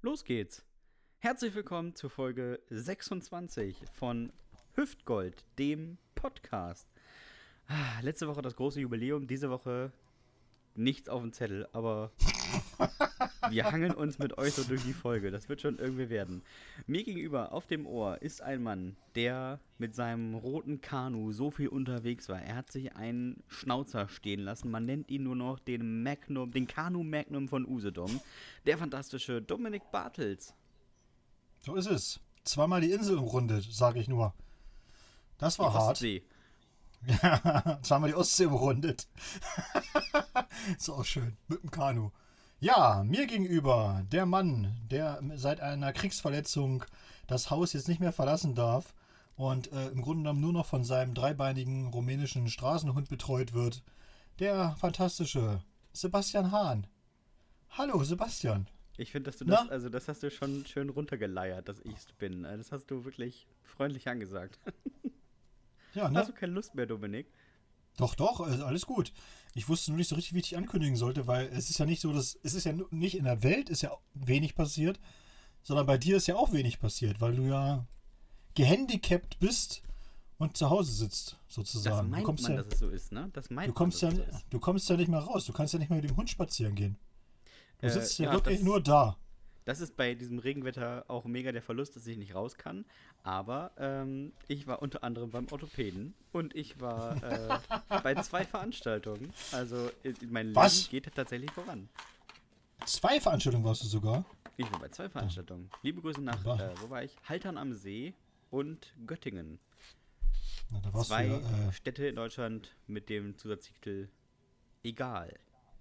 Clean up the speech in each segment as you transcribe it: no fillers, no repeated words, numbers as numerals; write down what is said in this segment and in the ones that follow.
Los geht's. Herzlich willkommen zur Folge 26 von Hüftgold, dem Podcast. Letzte Woche das große Jubiläum, diese Woche nichts auf dem Zettel, aber wir hangeln uns mit euch so durch die Folge. Das wird schon irgendwie werden. Mir gegenüber auf dem Ohr ist ein Mann, der mit seinem roten Kanu so viel unterwegs war. Er hat sich einen Schnauzer stehen lassen. Man nennt ihn nur noch den Magnum, den Kanu Magnum von Usedom. Der fantastische Dominik Bartels. So ist es. Zweimal die Insel umrundet, sage ich nur. Das war Die hart. Ostsee. Ja, zweimal die Ostsee umrundet. Ist auch schön. Mit dem Kanu. Ja, mir gegenüber der Mann, der seit einer Kriegsverletzung das Haus jetzt nicht mehr verlassen darf und im Grunde genommen nur noch von seinem dreibeinigen rumänischen Straßenhund betreut wird. Der fantastische Sebastian Hahn. Hallo, Sebastian. Ich finde, dass du das, also das hast du schon schön runtergeleiert, dass ich es bin. Das hast du wirklich freundlich angesagt. Ja, ne? Hast du keine Lust mehr, Dominik? Doch, alles gut. Ich wusste nur nicht so richtig, wie ich dich ankündigen sollte, weil es ist ja nicht so, dass es ist ja nicht in der Welt ist ja wenig passiert, sondern bei dir ist ja auch wenig passiert, weil du ja gehandicapt bist und zu Hause sitzt, sozusagen. Das meint man, dass es so ist, ne? Das meint Du kommst man, ja, dass es so ist. du kommst ja nicht mehr raus, du kannst ja nicht mehr mit dem Hund spazieren gehen. Du sitzt ja wirklich das, nur da. Das ist bei diesem Regenwetter auch mega der Verlust, dass ich nicht raus kann. Aber ich war unter anderem beim Orthopäden und ich war bei 2 Veranstaltungen. Also mein Was? Leben geht tatsächlich voran. 2 Veranstaltungen warst du sogar. Ich war bei 2 Veranstaltungen. Liebe Grüße nach, wo war ich? Haltern am See und Göttingen. Na, da warst 2 du ja, Städte in Deutschland mit dem Zusatztitel Egal.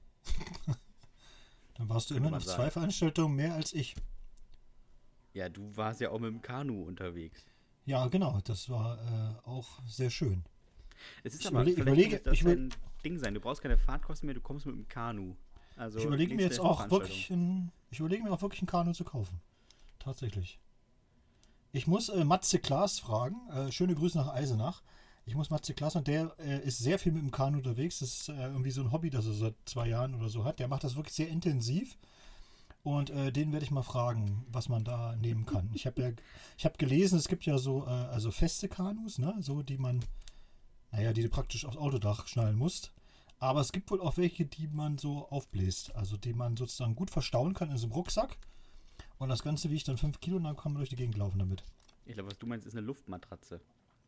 dann warst du könnte immerhin man auf sagen. 2 Veranstaltungen mehr als ich. Ja, du warst ja auch mit dem Kanu unterwegs. Ja, genau, das war auch sehr schön. Es ist Ich aber, überlege- vielleicht könnte das ich über- ein Ding sein. Du brauchst keine Fahrtkosten mehr, du kommst mit dem Kanu. Also Ich überlege mir nächste jetzt auch Veranstaltung. wirklich ein Kanu zu kaufen. Tatsächlich. Ich muss Matze Klaas fragen. Schöne Grüße nach Eisenach. Ich muss Matze Klaas und der ist sehr viel mit dem Kanu unterwegs. Das ist irgendwie so ein Hobby, das er seit 2 Jahren oder so hat. Der macht das wirklich sehr intensiv. Und den werde ich mal fragen, was man da nehmen kann. Ich habe gelesen, es gibt ja so also feste Kanus, ne, so die du praktisch aufs Autodach schnallen musst. Aber es gibt wohl auch welche, die man so aufbläst, also die man sozusagen gut verstauen kann in so einem Rucksack. Und das Ganze wiegt dann 5 Kilo und dann kann man durch die Gegend laufen damit. Ich glaube, was du meinst, ist eine Luftmatratze.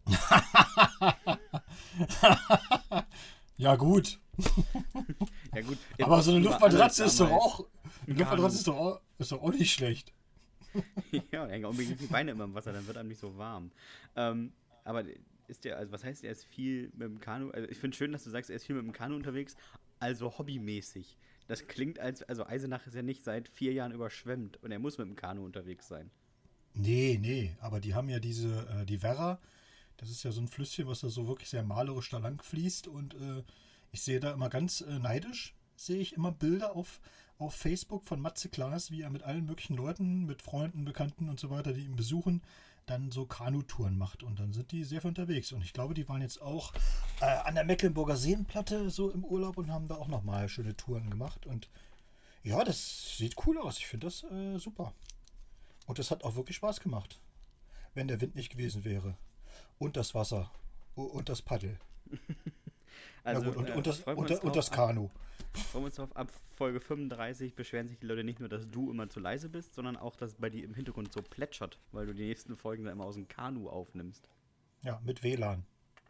Ja gut, Ja gut. aber so eine über Luftmatratze alles ist doch damals. auch, eine Luftmatratze ist doch auch nicht schlecht. Ja, hängen unbedingt die Beine immer im Wasser, dann wird einem nicht so warm. Aber ist der, also was heißt, er ist viel mit dem Kanu? Also ich finde schön, dass du sagst, er ist viel mit dem Kanu unterwegs, also hobbymäßig. Das klingt also Eisenach ist ja nicht seit 4 Jahren überschwemmt und er muss mit dem Kanu unterwegs sein. Nee, aber die haben ja die Werra, das ist ja so ein Flüsschen, was da so wirklich sehr malerisch da lang fließt und ich sehe da immer ganz neidisch, sehe ich immer Bilder auf Facebook von Matze Klaas, wie er mit allen möglichen Leuten, mit Freunden, Bekannten und so weiter, die ihn besuchen, dann so Kanutouren macht und dann sind die sehr viel unterwegs und ich glaube, die waren jetzt auch an der Mecklenburger Seenplatte so im Urlaub und haben da auch nochmal schöne Touren gemacht und ja, das sieht cool aus, ich finde das super. Und das hat auch wirklich Spaß gemacht, wenn der Wind nicht gewesen wäre. Und das Wasser. Und das Paddel. Also, Ja gut, und freuen wir uns und das drauf, Kanu. freuen wir uns drauf, ab Folge 35 beschweren sich die Leute nicht nur, dass du immer zu leise bist, sondern auch, dass bei dir im Hintergrund so plätschert, weil du die nächsten Folgen dann immer aus dem Kanu aufnimmst. Ja, mit WLAN.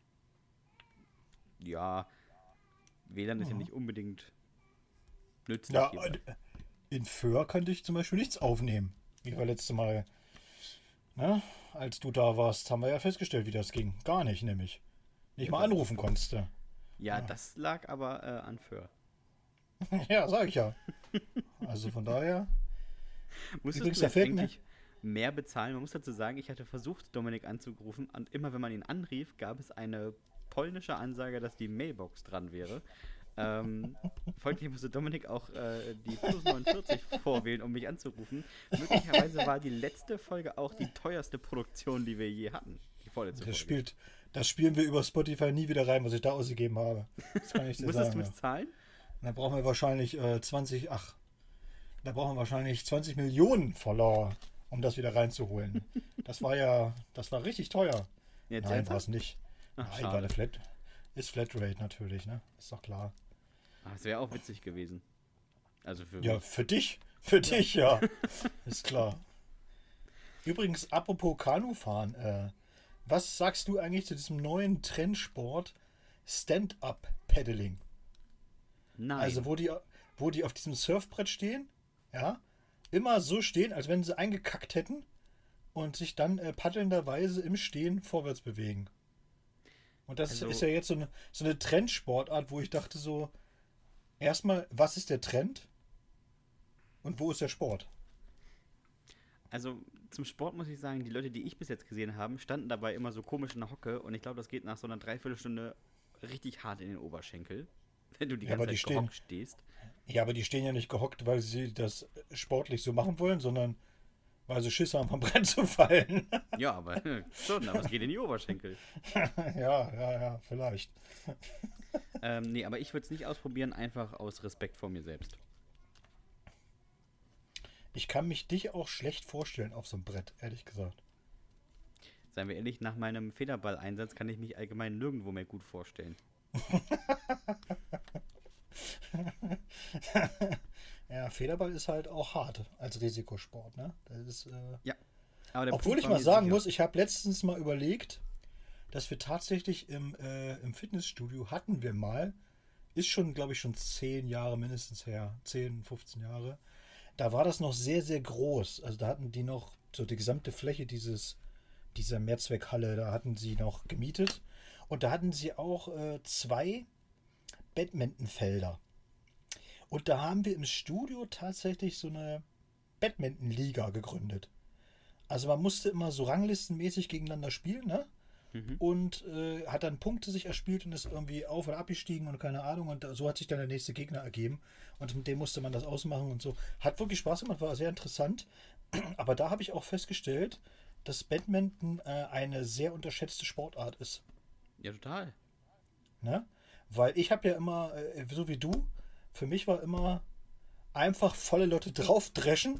Ja, WLAN ist ja nicht unbedingt nützlich. Ja, hierbei. in Föhr könnte ich zum Beispiel nichts aufnehmen. Wie wir letztes Mal, ne, als du da warst, haben wir ja festgestellt, wie das ging. Gar nicht, nämlich. Nicht mal anrufen konntest du. Ja, das lag aber an Föhr. Ja, sag ich ja. Also von daher. Musstest Übrigens, du da jetzt fällt mir- eigentlich mehr bezahlen? Man muss dazu sagen, ich hatte versucht, Dominik anzurufen und immer wenn man ihn anrief, gab es eine polnische Ansage, dass die Mailbox dran wäre. Folglich musste Dominik auch die plus 49 vorwählen, um mich anzurufen. Möglicherweise war die letzte Folge auch die teuerste Produktion, die wir je hatten. Die vorletzte Folge. Das spielen wir über Spotify nie wieder rein, was ich da ausgegeben habe. Das kann ich dir Musstest sagen. du es zahlen? Dann brauchen wir wahrscheinlich 20, Da brauchen wir wahrscheinlich 20 Millionen Follower, um das wieder reinzuholen. Das war richtig teuer. Jetzt Nein, war ernsthaft? es nicht. Ach, Nein, schade. ist Flatrate natürlich, ne? Ist doch klar. Das wäre auch witzig gewesen. Also für Ja, mich. für dich. Für dich, ja. Ist klar. Übrigens, apropos Kanufahren, was sagst du eigentlich zu diesem neuen Trendsport Stand-Up-Paddling? Nein. Also wo die auf diesem Surfbrett stehen, ja, immer so stehen, als wenn sie eingekackt hätten und sich dann paddelnderweise im Stehen vorwärts bewegen. Und das Also- ist ja jetzt so eine Trendsportart, wo ich dachte so, erstmal, was ist der Trend und wo ist der Sport? Also zum Sport muss ich sagen, die Leute, die ich bis jetzt gesehen habe, standen dabei immer so komisch in der Hocke und ich glaube, das geht nach so einer Dreiviertelstunde richtig hart in den Oberschenkel, wenn du die Ja, ganze aber die Zeit gehockt stehst. Ja, aber die stehen ja nicht gehockt, weil sie das sportlich so machen wollen, sondern weil sie Schiss haben, vom Brett zu fallen. Ja, aber schon, aber es geht in die Oberschenkel. Ja, vielleicht. Nee, aber ich würde es nicht ausprobieren, einfach aus Respekt vor mir selbst. Ich kann mich dich auch schlecht vorstellen auf so einem Brett, ehrlich gesagt. Seien wir ehrlich, nach meinem Federball-Einsatz kann ich mich allgemein nirgendwo mehr gut vorstellen. Ja, Federball ist halt auch hart als Risikosport, ne? Das ist, Ja. Aber der obwohl Punkt ich war mal mir sagen sicher- muss, ich habe letztens mal überlegt, dass wir tatsächlich im Fitnessstudio hatten wir mal, ist schon, glaube ich, schon 10 Jahre mindestens her, 10, 15 Jahre. Da war das noch sehr, sehr groß. Also da hatten die noch so die gesamte Fläche dieser Mehrzweckhalle, da hatten sie noch gemietet. Und da hatten sie auch 2 Badmintonfelder. Und da haben wir im Studio tatsächlich so eine Badmintonliga gegründet. Also man musste immer so ranglistenmäßig gegeneinander spielen, ne? Mhm. Und hat dann Punkte sich erspielt und ist irgendwie auf- oder abgestiegen und keine Ahnung. Und so hat sich dann der nächste Gegner ergeben. Und mit dem musste man das ausmachen und so. Hat wirklich Spaß gemacht, war sehr interessant. Aber da habe ich auch festgestellt, dass Badminton eine sehr unterschätzte Sportart ist. Ja, total. Ne? Weil ich habe ja immer, so wie du, für mich war immer einfach volle Leute draufdreschen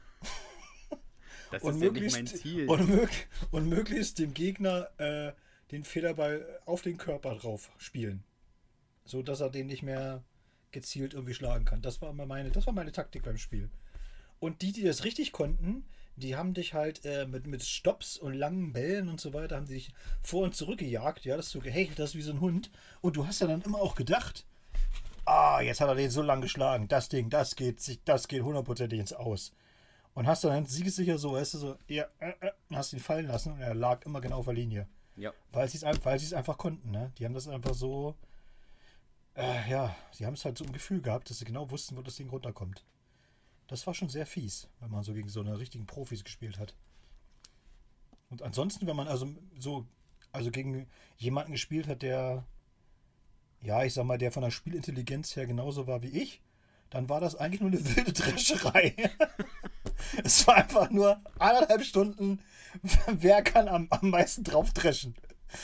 Das und ist ja nicht möglichst, mein Ziel. und möglichst dem Gegner den Federball auf den Körper drauf spielen. So dass er den nicht mehr gezielt irgendwie schlagen kann. Das war meine Taktik beim Spiel. Und die das richtig konnten, die haben dich halt mit Stops und langen Bällen und so weiter, haben die dich vor und zurück gejagt, ja, dass du gehechelt hast wie so ein Hund. Und du hast ja dann immer auch gedacht, jetzt hat er den so lang geschlagen, das Ding, das geht hundertprozentig ins Aus. Und hast dann siegessicher so, weißt du, so, hast ihn fallen lassen und er lag immer genau auf der Linie. Ja. Weil sie es einfach konnten, ne? Die haben das einfach so, sie haben es halt so im Gefühl gehabt, dass sie genau wussten, wo das Ding runterkommt. Das war schon sehr fies, wenn man so gegen so eine richtigen Profis gespielt hat. Und ansonsten, wenn man also gegen jemanden gespielt hat, der, ja, ich sag mal, der von der Spielintelligenz her genauso war wie ich, dann war das eigentlich nur eine wilde Drescherei. Es war einfach nur 1,5 Stunden, wer kann am meisten drauf dreschen.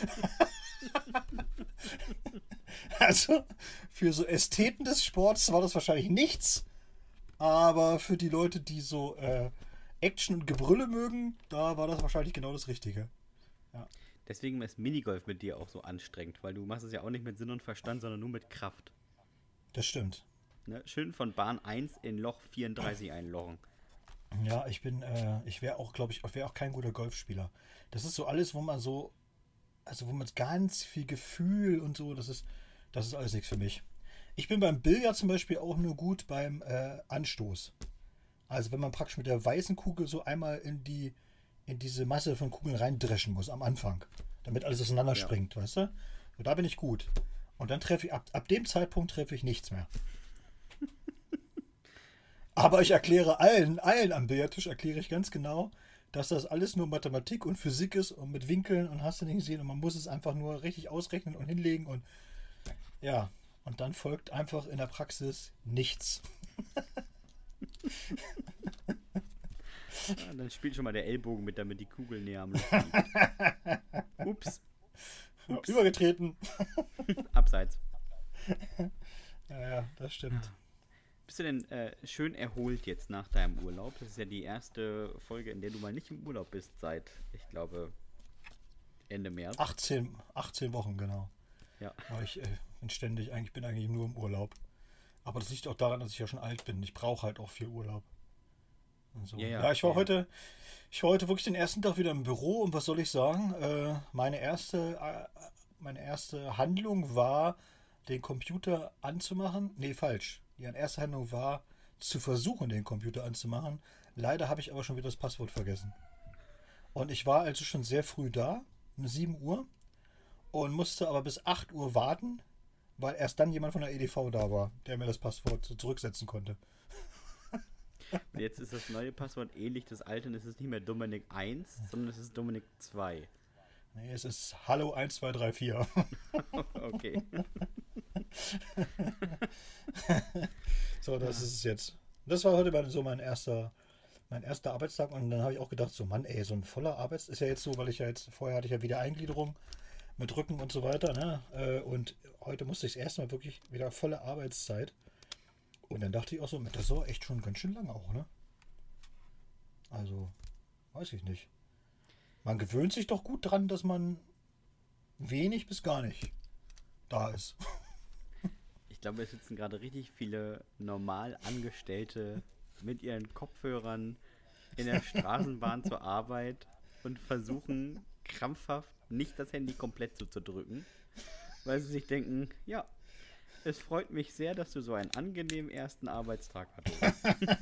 Also, für so Ästheten des Sports war das wahrscheinlich nichts. Aber für die Leute, die so Action und Gebrülle mögen, da war das wahrscheinlich genau das Richtige. Deswegen ist Minigolf mit dir auch so anstrengend, weil du machst es ja auch nicht mit Sinn und Verstand, sondern nur mit Kraft. Das stimmt. Ne? Schön von Bahn 1 in Loch 34 einlochen. Ja, ich wäre auch, glaube ich, wäre auch kein guter Golfspieler. Das ist so alles, wo man ganz viel Gefühl und so, das ist alles nichts für mich. Ich bin beim Billard zum Beispiel auch nur gut beim Anstoß. Also wenn man praktisch mit der weißen Kugel so einmal in diese Masse von Kugeln reindreschen muss am Anfang, damit alles auseinander springt, weißt du? Und da bin ich gut. Und dann treffe ich, ab dem Zeitpunkt treffe ich nichts mehr. Aber ich erkläre allen am Billardtisch erkläre ich ganz genau, dass das alles nur Mathematik und Physik ist und mit Winkeln und hast du nicht gesehen und man muss es einfach nur richtig ausrechnen und hinlegen und ja, und dann folgt einfach in der Praxis nichts. Ja, dann spielt schon mal der Ellbogen mit, damit die Kugel näher am Loch liegt. Ups. Ja, übergetreten. Abseits. Ja, das stimmt. Bist du denn schön erholt jetzt nach deinem Urlaub? Das ist ja die erste Folge, in der du mal nicht im Urlaub bist seit, ich glaube, Ende März. 18 Wochen, genau. Ja. Aber ich bin eigentlich nur im Urlaub. Aber das liegt auch daran, dass ich ja schon alt bin. Ich brauche halt auch viel Urlaub. Und so. Ja, ich war heute wirklich den ersten Tag wieder im Büro und was soll ich sagen? Meine erste Handlung war, den Computer anzumachen. Nee, falsch. Die erste Handlung war, zu versuchen, den Computer anzumachen. Leider habe ich aber schon wieder das Passwort vergessen. Und ich war also schon sehr früh da, um 7 Uhr, und musste aber bis 8 Uhr warten, weil erst dann jemand von der EDV da war, der mir das Passwort so zurücksetzen konnte. Und jetzt ist das neue Passwort ähnlich das alte und es ist nicht mehr Dominik 1, sondern es ist Dominik 2. Nee, es ist Hallo 1234. Okay. So, das ist es jetzt. Das war heute so mein erster Arbeitstag und dann habe ich auch gedacht, so Mann, ey, so ein voller Arbeitstag ist ja jetzt so, weil vorher hatte ich ja wieder Eingliederung mit Rücken und so weiter, ne? Und heute musste ich das erste Mal wirklich wieder volle Arbeitszeit. Und dann dachte ich auch so, das war echt schon ganz schön lang auch, ne? Also, weiß ich nicht. Man gewöhnt sich doch gut dran, dass man wenig bis gar nicht da ist. Ich glaube, es sitzen gerade richtig viele normal Angestellte mit ihren Kopfhörern in der Straßenbahn zur Arbeit und versuchen krampfhaft nicht das Handy komplett zuzudrücken, weil sie sich denken, ja, es freut mich sehr, dass du so einen angenehmen ersten Arbeitstag hattest.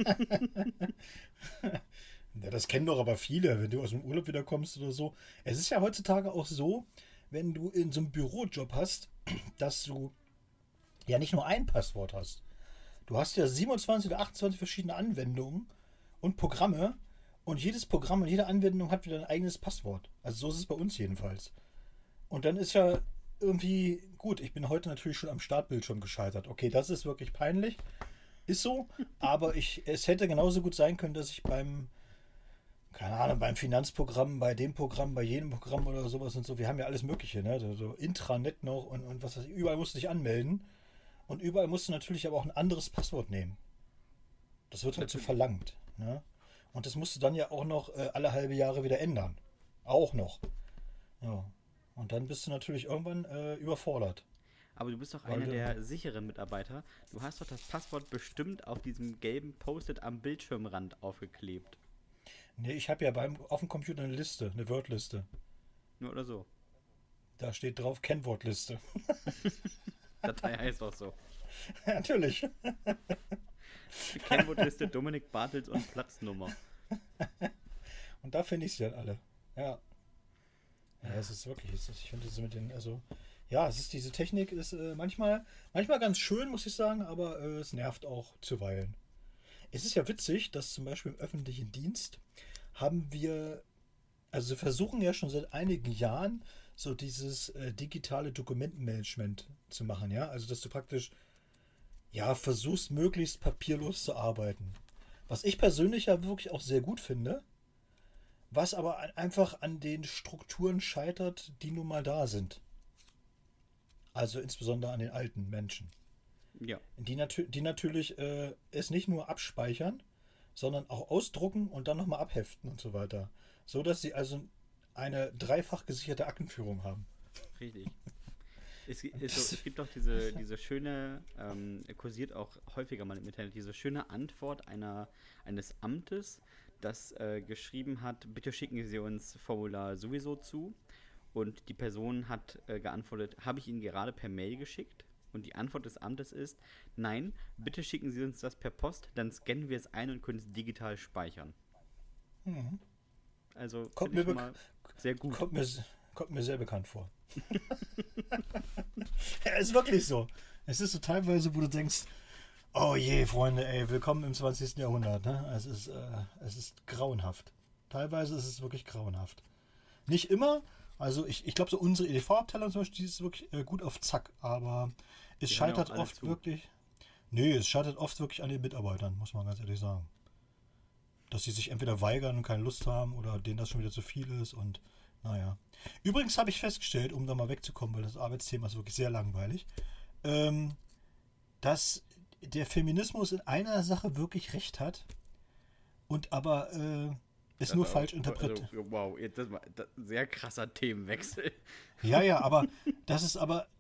Ja, das kennen doch aber viele, wenn du aus dem Urlaub wiederkommst oder so. Es ist ja heutzutage auch so, wenn du in so einem Bürojob hast, dass du ja nicht nur ein Passwort hast. Du hast ja 27 oder 28 verschiedene Anwendungen und Programme und jedes Programm und jede Anwendung hat wieder ein eigenes Passwort. Also so ist es bei uns jedenfalls. Und dann ist ja irgendwie, gut, ich bin heute natürlich schon am Startbildschirm gescheitert. Okay, das ist wirklich peinlich. Ist so, aber es hätte genauso gut sein können, dass ich beim Finanzprogramm, bei dem Programm, bei jedem Programm oder sowas und so, wir haben ja alles Mögliche, ne? So Intranet noch und was weiß ich, überall musst du dich anmelden und überall musst du natürlich aber auch ein anderes Passwort nehmen. Das wird halt so verlangt, ne? Und das musst du dann ja auch noch alle halbe Jahre wieder ändern. Auch noch. Ja. Und dann bist du natürlich irgendwann überfordert. Aber du bist doch einer der sicheren Mitarbeiter. Du hast doch das Passwort bestimmt auf diesem gelben Post-it am Bildschirmrand aufgeklebt. Nee, ich habe ja auf dem Computer eine Liste, eine Wordliste. Nur oder so. Da steht drauf Kennwortliste. Datei heißt auch so. Natürlich. Kennwortliste Dominik Bartels und Platznummer. Und da finde ich sie dann alle. Ja. Ja, es ist wirklich, ich finde es mit den, also, ja, diese Technik ist manchmal ganz schön, muss ich sagen, aber es nervt auch zuweilen. Es ist ja witzig, dass zum Beispiel im öffentlichen Dienst wir versuchen ja schon seit einigen Jahren so dieses digitale Dokumentenmanagement zu machen, ja, also dass du praktisch, ja, versuchst möglichst papierlos zu arbeiten. Was ich persönlich ja wirklich auch sehr gut finde, was aber einfach an den Strukturen scheitert, die nun mal da sind. Also insbesondere an den alten Menschen. Ja. Die natürlich es nicht nur abspeichern, sondern auch ausdrucken und dann nochmal abheften und so weiter. So dass sie also eine dreifach gesicherte Aktenführung haben. Richtig. Es gibt doch diese schöne, kursiert auch häufiger mal im Internet, diese schöne Antwort eines Amtes, das geschrieben hat, bitte schicken Sie uns Formular sowieso zu. Und die Person hat geantwortet, habe ich Ihnen gerade per Mail geschickt? Und die Antwort des Amtes ist, nein, bitte schicken Sie uns das per Post, dann scannen wir es ein und können es digital speichern. Mhm. Also kommt mir schon mal sehr gut. Kommt mir sehr bekannt vor. Ja, ist wirklich so. Es ist so teilweise, wo du denkst, oh je, Freunde, ey, willkommen im 20. Jahrhundert. Ne? Es ist grauenhaft. Teilweise ist es wirklich grauenhaft. Nicht immer. Also ich glaube, so unsere EDV-Abteilung zum Beispiel, die ist wirklich gut auf Zack, aber es scheitert oft wirklich. Nee, es scheitert oft wirklich an den Mitarbeitern, muss man ganz ehrlich sagen. Dass sie sich entweder weigern und keine Lust haben oder denen das schon wieder zu viel ist und naja. Übrigens habe ich festgestellt, um da mal wegzukommen, weil das Arbeitsthema ist wirklich sehr langweilig, dass der Feminismus in einer Sache wirklich recht hat und aber es nur falsch interpretiert. Also, wow, das war ein sehr krasser Themenwechsel. Ja, aber das ist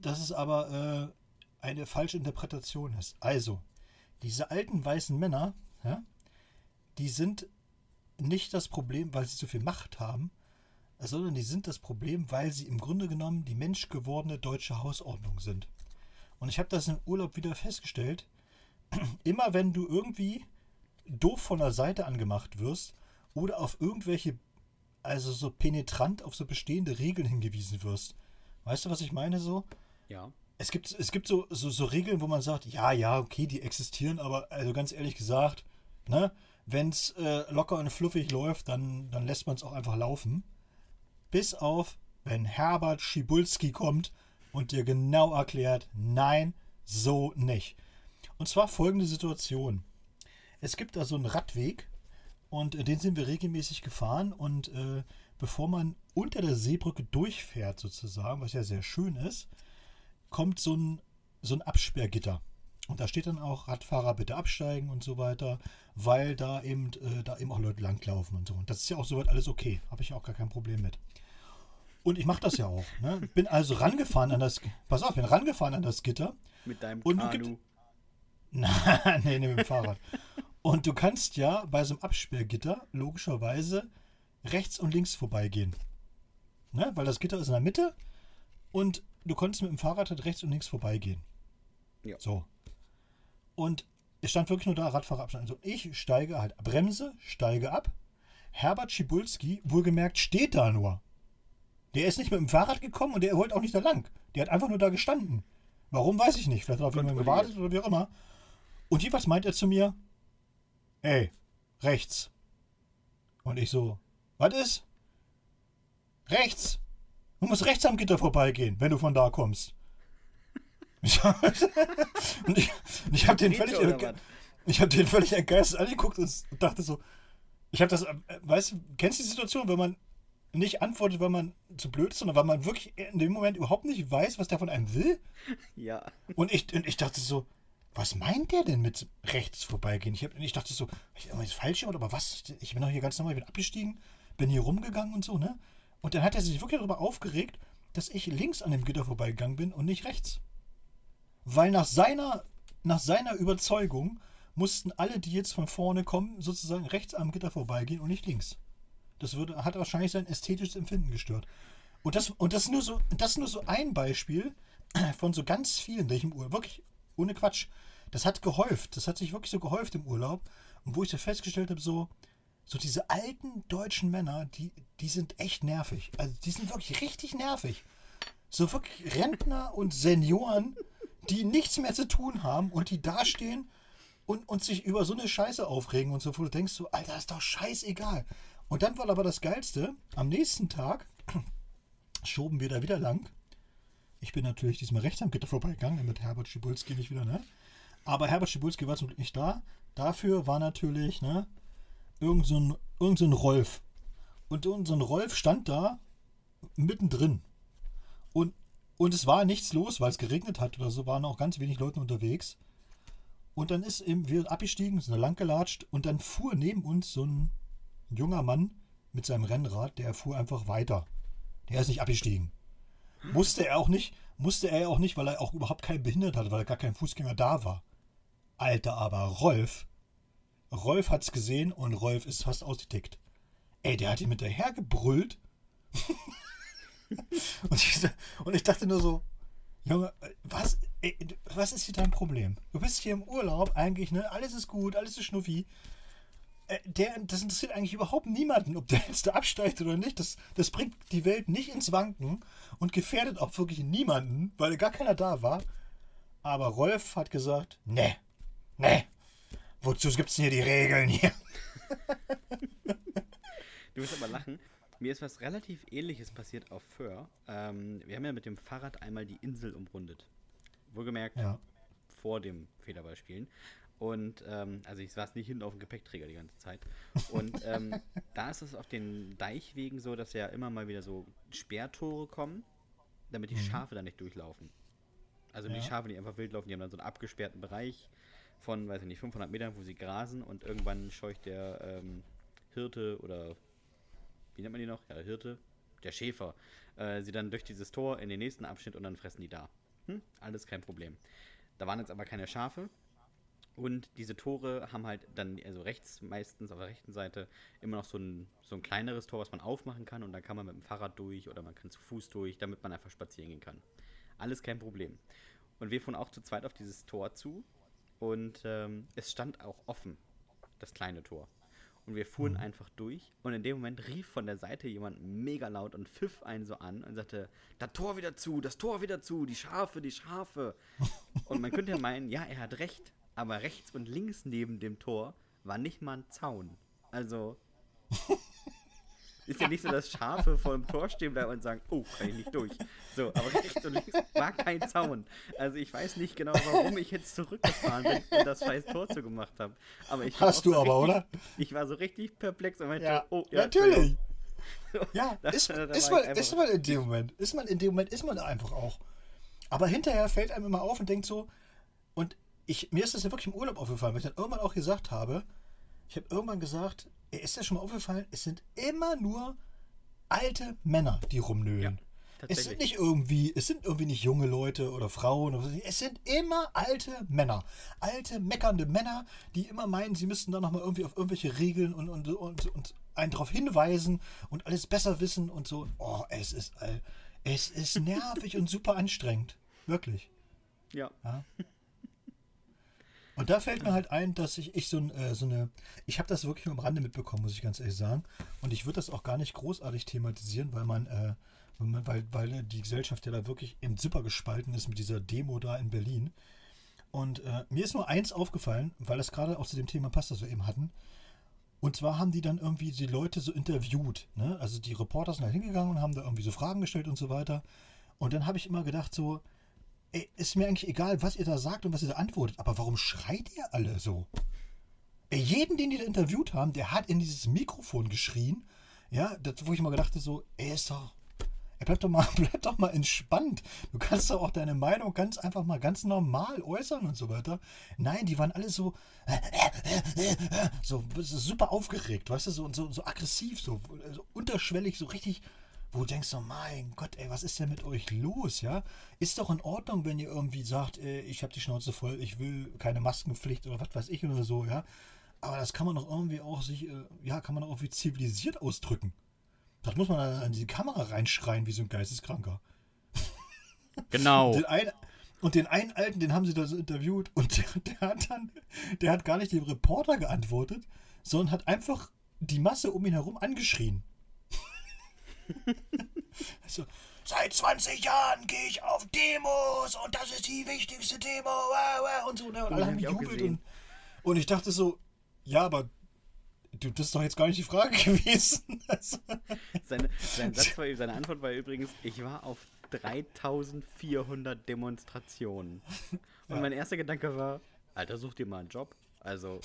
eine falsche Interpretation ist. Also, diese alten weißen Männer, ja, die sind nicht das Problem, weil sie so viel Macht haben, sondern die sind das Problem, weil sie im Grunde genommen die menschgewordene deutsche Hausordnung sind. Und ich habe das im Urlaub wieder festgestellt, immer wenn du irgendwie doof von der Seite angemacht wirst oder auf irgendwelche, also so penetrant auf so bestehende Regeln hingewiesen wirst. Weißt du, was ich meine so? Ja. Es gibt so Regeln, wo man sagt, ja, okay, die existieren, aber also ganz ehrlich gesagt, ne, wenn es locker und fluffig läuft, dann lässt man es auch einfach laufen. Bis auf, wenn Herbert Schibulski kommt und dir genau erklärt, nein, so nicht. Und zwar folgende Situation. Es gibt da so einen Radweg und den sind wir regelmäßig gefahren und bevor man unter der Seebrücke durchfährt sozusagen, was ja sehr schön ist, kommt so ein Absperrgitter. Und da steht dann auch, Radfahrer bitte absteigen und so weiter, weil da eben auch Leute langlaufen und so. Und das ist ja auch soweit alles okay. Habe ich auch gar kein Problem mit. Und ich mache das ja auch. Ne? Bin also rangefahren an das Gitter. Mit deinem und Kanu. nee, mit dem Fahrrad. Und du kannst ja bei so einem Absperrgitter logischerweise rechts und links vorbeigehen. Ne? Weil das Gitter ist in der Mitte und du konntest mit dem Fahrrad halt rechts und links vorbeigehen. Ja. So. Und es stand wirklich nur da, Radfahrerabstand. Also ich steige halt, bremse, steige ab. Herbert Schibulski, wohlgemerkt, steht da nur. Der ist nicht mit dem Fahrrad gekommen und der wollte auch nicht da lang. Der hat einfach nur da gestanden. Warum, weiß ich nicht. Vielleicht hat er auf jemanden gewartet oder wie auch immer. Und jeweils meint er zu mir, ey, rechts. Und ich so, was ist? Rechts. Du musst rechts am Gitter vorbeigehen, wenn du von da kommst. und ich habe den völlig entgeistert angeguckt und dachte so, ich habe das, weißt du, kennst du die Situation, wenn man nicht antwortet, weil man zu blöd ist, sondern weil man wirklich in dem Moment überhaupt nicht weiß, was der von einem will? Ja. Und ich dachte so, was meint der denn mit rechts vorbeigehen? Ich dachte so, ich das falsch oder aber was? Ich bin doch hier ganz normal, ich bin abgestiegen, bin hier rumgegangen und so, ne? Und dann hat er sich wirklich darüber aufgeregt, dass ich links an dem Gitter vorbeigegangen bin und nicht rechts. Weil nach seiner Überzeugung mussten alle, die jetzt von vorne kommen, sozusagen rechts am Gitter vorbeigehen und nicht links. Hat wahrscheinlich sein ästhetisches Empfinden gestört. Und das ist nur so ein Beispiel von so ganz vielen, die ich im Urlaub, wirklich ohne Quatsch, das hat gehäuft. Das hat sich wirklich so gehäuft im Urlaub. Und wo ich so festgestellt habe, so diese alten deutschen Männer, die sind echt nervig. Also die sind wirklich richtig nervig. So wirklich Rentner und Senioren, die nichts mehr zu tun haben und die dastehen und sich über so eine Scheiße aufregen und so, wo du denkst so, Alter, ist doch scheißegal. Und dann war aber das Geilste, am nächsten Tag schoben wir da wieder lang. Ich bin natürlich diesmal rechts am Gitter vorbeigegangen, damit Herbert Schibulski nicht wieder, ne? Aber Herbert Schibulski war zum Glück nicht da. Dafür war natürlich, ne, irgend so ein Rolf. Und so ein Rolf stand da mittendrin. Und es war nichts los, weil es geregnet hat oder so, waren auch ganz wenig Leute unterwegs. Und dann ist wir abgestiegen, sind da lang gelatscht und dann fuhr neben uns so ein junger Mann mit seinem Rennrad, der fuhr einfach weiter. Der ist nicht abgestiegen. Musste er ja auch nicht, weil er auch überhaupt keinen behindert hatte, weil gar kein Fußgänger da war. Alter, aber Rolf hat's gesehen und Rolf ist fast ausgetickt. Ey, der hat ihn hinterher gebrüllt. und ich dachte nur so, Junge, was ist hier dein Problem? Du bist hier im Urlaub eigentlich, ne? Alles ist gut, alles ist schnuffi. Das interessiert eigentlich überhaupt niemanden, ob der jetzt da absteigt oder nicht. Das bringt die Welt nicht ins Wanken und gefährdet auch wirklich niemanden, weil gar keiner da war. Aber Rolf hat gesagt, nee, wozu gibt's denn hier die Regeln hier? Du wirst aber lachen. Mir ist was relativ Ähnliches passiert auf Föhr. Wir haben ja mit dem Fahrrad einmal die Insel umrundet. Wohlgemerkt, ja, vor dem Federballspielen. Und, also ich saß nicht hinten auf dem Gepäckträger die ganze Zeit. Und da ist es auf den Deichwegen so, dass ja immer mal wieder so Sperrtore kommen, damit die Schafe da nicht durchlaufen. Also die Schafe, die einfach wild laufen, die haben dann so einen abgesperrten Bereich, von, weiß ich nicht, 500 Metern, wo sie grasen und irgendwann scheucht der Hirte oder, wie nennt man die noch? Ja, Hirte, der Schäfer, sie dann durch dieses Tor in den nächsten Abschnitt und dann fressen die da. Alles kein Problem. Da waren jetzt aber keine Schafe. Und diese Tore haben halt dann, also rechts meistens auf der rechten Seite, immer noch so ein kleineres Tor, was man aufmachen kann. Und dann kann man mit dem Fahrrad durch oder man kann zu Fuß durch, damit man einfach spazieren gehen kann. Alles kein Problem. Und wir fuhren auch zu zweit auf dieses Tor zu. Und es stand auch offen, das kleine Tor. Und wir fuhren einfach durch. Und in dem Moment rief von der Seite jemand mega laut und pfiff einen so an und sagte, das Tor wieder zu, die Schafe, die Schafe. Und man könnte ja meinen, ja, er hat recht. Aber rechts und links neben dem Tor war nicht mal ein Zaun. Also ist ja nicht so, dass Schafe vor dem Tor stehen bleiben und sagen, oh, kann ich nicht durch. So, aber rechts und links war kein Zaun. Also ich weiß nicht genau, warum ich jetzt zurückgefahren bin und das scheiß Tor zugemacht habe. Aber ich Hast du aber, richtig, oder? Ich war so richtig perplex und meinte, Ja, oh, ja, natürlich. So, Ja, da ist war man in dem Moment. Ist man einfach auch. Aber hinterher fällt einem immer auf und denkt so, und mir ist das ja wirklich im Urlaub aufgefallen, weil ich dann irgendwann auch gesagt habe, ich habe irgendwann gesagt, ist das schon mal aufgefallen, es sind immer nur alte Männer, die rumnölen. Ja, es sind irgendwie nicht junge Leute oder Frauen, es sind immer alte Männer. Alte, meckernde Männer, die immer meinen, sie müssten dann nochmal irgendwie auf irgendwelche Regeln und einen darauf hinweisen und alles besser wissen und so. Oh, es ist nervig und super anstrengend. Wirklich. Ja. Und da fällt mir halt ein, dass ich ich habe das wirklich nur am Rande mitbekommen, muss ich ganz ehrlich sagen. Und ich würde das auch gar nicht großartig thematisieren, weil die Gesellschaft ja da wirklich im Super gespalten ist mit dieser Demo da in Berlin. Und mir ist nur eins aufgefallen, weil das gerade auch zu dem Thema passt, das wir eben hatten. Und zwar haben die dann irgendwie die Leute so interviewt, ne? Also die Reporter sind da hingegangen und haben da irgendwie so Fragen gestellt und so weiter. Und dann habe ich immer gedacht so, ey, ist mir eigentlich egal, was ihr da sagt und was ihr da antwortet, aber warum schreit ihr alle so? Ey, jeden, den die da interviewt haben, der hat in dieses Mikrofon geschrien, ja, wo ich mal gedacht so, bleib doch mal entspannt. Du kannst doch auch deine Meinung ganz einfach mal ganz normal äußern und so weiter. Nein, die waren alle so super aufgeregt, weißt du, so aggressiv, so unterschwellig, so richtig, wo du denkst so, mein Gott, ey, was ist denn mit euch los, ja? Ist doch in Ordnung, wenn ihr irgendwie sagt, ich habe die Schnauze voll, ich will keine Maskenpflicht oder was weiß ich oder so, ja? Aber das kann man doch irgendwie auch kann man auch irgendwie zivilisiert ausdrücken. Das muss man dann an die Kamera reinschreien, wie so ein Geisteskranker. Genau. Und den einen Alten, den haben sie da so interviewt und der hat gar nicht dem Reporter geantwortet, sondern hat einfach die Masse um ihn herum angeschrien. Also, seit 20 Jahren gehe ich auf Demos und das ist die wichtigste Demo und so. Ne? Und alle haben gejubelt und ich dachte so, ja, aber das ist doch jetzt gar nicht die Frage gewesen. Also. Seine Antwort war übrigens, ich war auf 3400 Demonstrationen. Und mein erster Gedanke war, Alter, such dir mal einen Job. Also,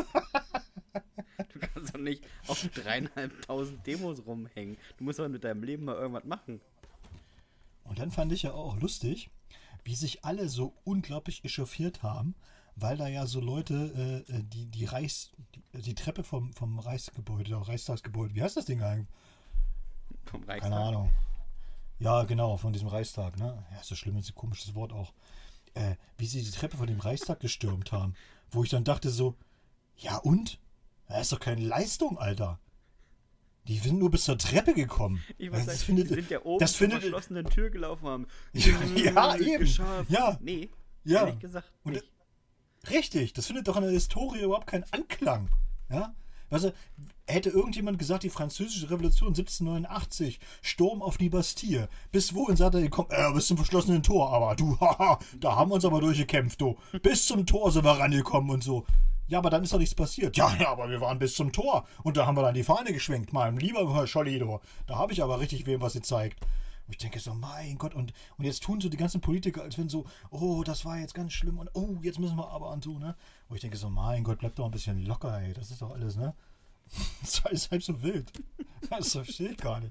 du kannst doch nicht auf 3.500 Demos rumhängen. Du musst doch mit deinem Leben mal irgendwas machen. Und dann fand ich ja auch lustig, wie sich alle so unglaublich echauffiert haben, weil da ja so Leute die Treppe vom Reichsgebäude, Reichstagsgebäude, wie heißt das Ding eigentlich? Vom Reichstag? Keine Ahnung. Ja, genau, von diesem Reichstag, ne? Ja, ist so schlimm, ist ein komisches Wort auch. Wie sie die Treppe von dem Reichstag gestürmt haben. Wo ich dann dachte so, ja und? Das ist doch keine Leistung, Alter. Die sind nur bis zur Treppe gekommen. Ich weiß nicht, die sind ja oben zur verschlossenen Tür gelaufen haben. Ja, eben. Geschafft. Ja. Nee, ja. Ehrlich gesagt nicht. Richtig, das findet doch in der Historie überhaupt keinen Anklang. Ja? Weißt du, hätte irgendjemand gesagt, die französische Revolution 1789, Sturm auf die Bastille, bis wohin seid ihr gekommen? Bis zum verschlossenen Tor, aber du, haha, da haben wir uns aber durchgekämpft, du. Bis zum Tor sind wir rangekommen und so. Ja, aber dann ist doch nichts passiert. Ja, aber wir waren bis zum Tor und da haben wir dann die Fahne geschwenkt, mein lieber Herr Scholli, du. Da habe ich aber richtig wem was gezeigt. Und ich denke so, mein Gott, und jetzt tun so die ganzen Politiker, als wenn so, oh, das war jetzt ganz schlimm und oh, jetzt müssen wir aber und so, ne? Und ich denke so, mein Gott, bleib doch ein bisschen locker, ey, das ist doch alles, ne? Das ist halb so wild. Das verstehe ich gar nicht.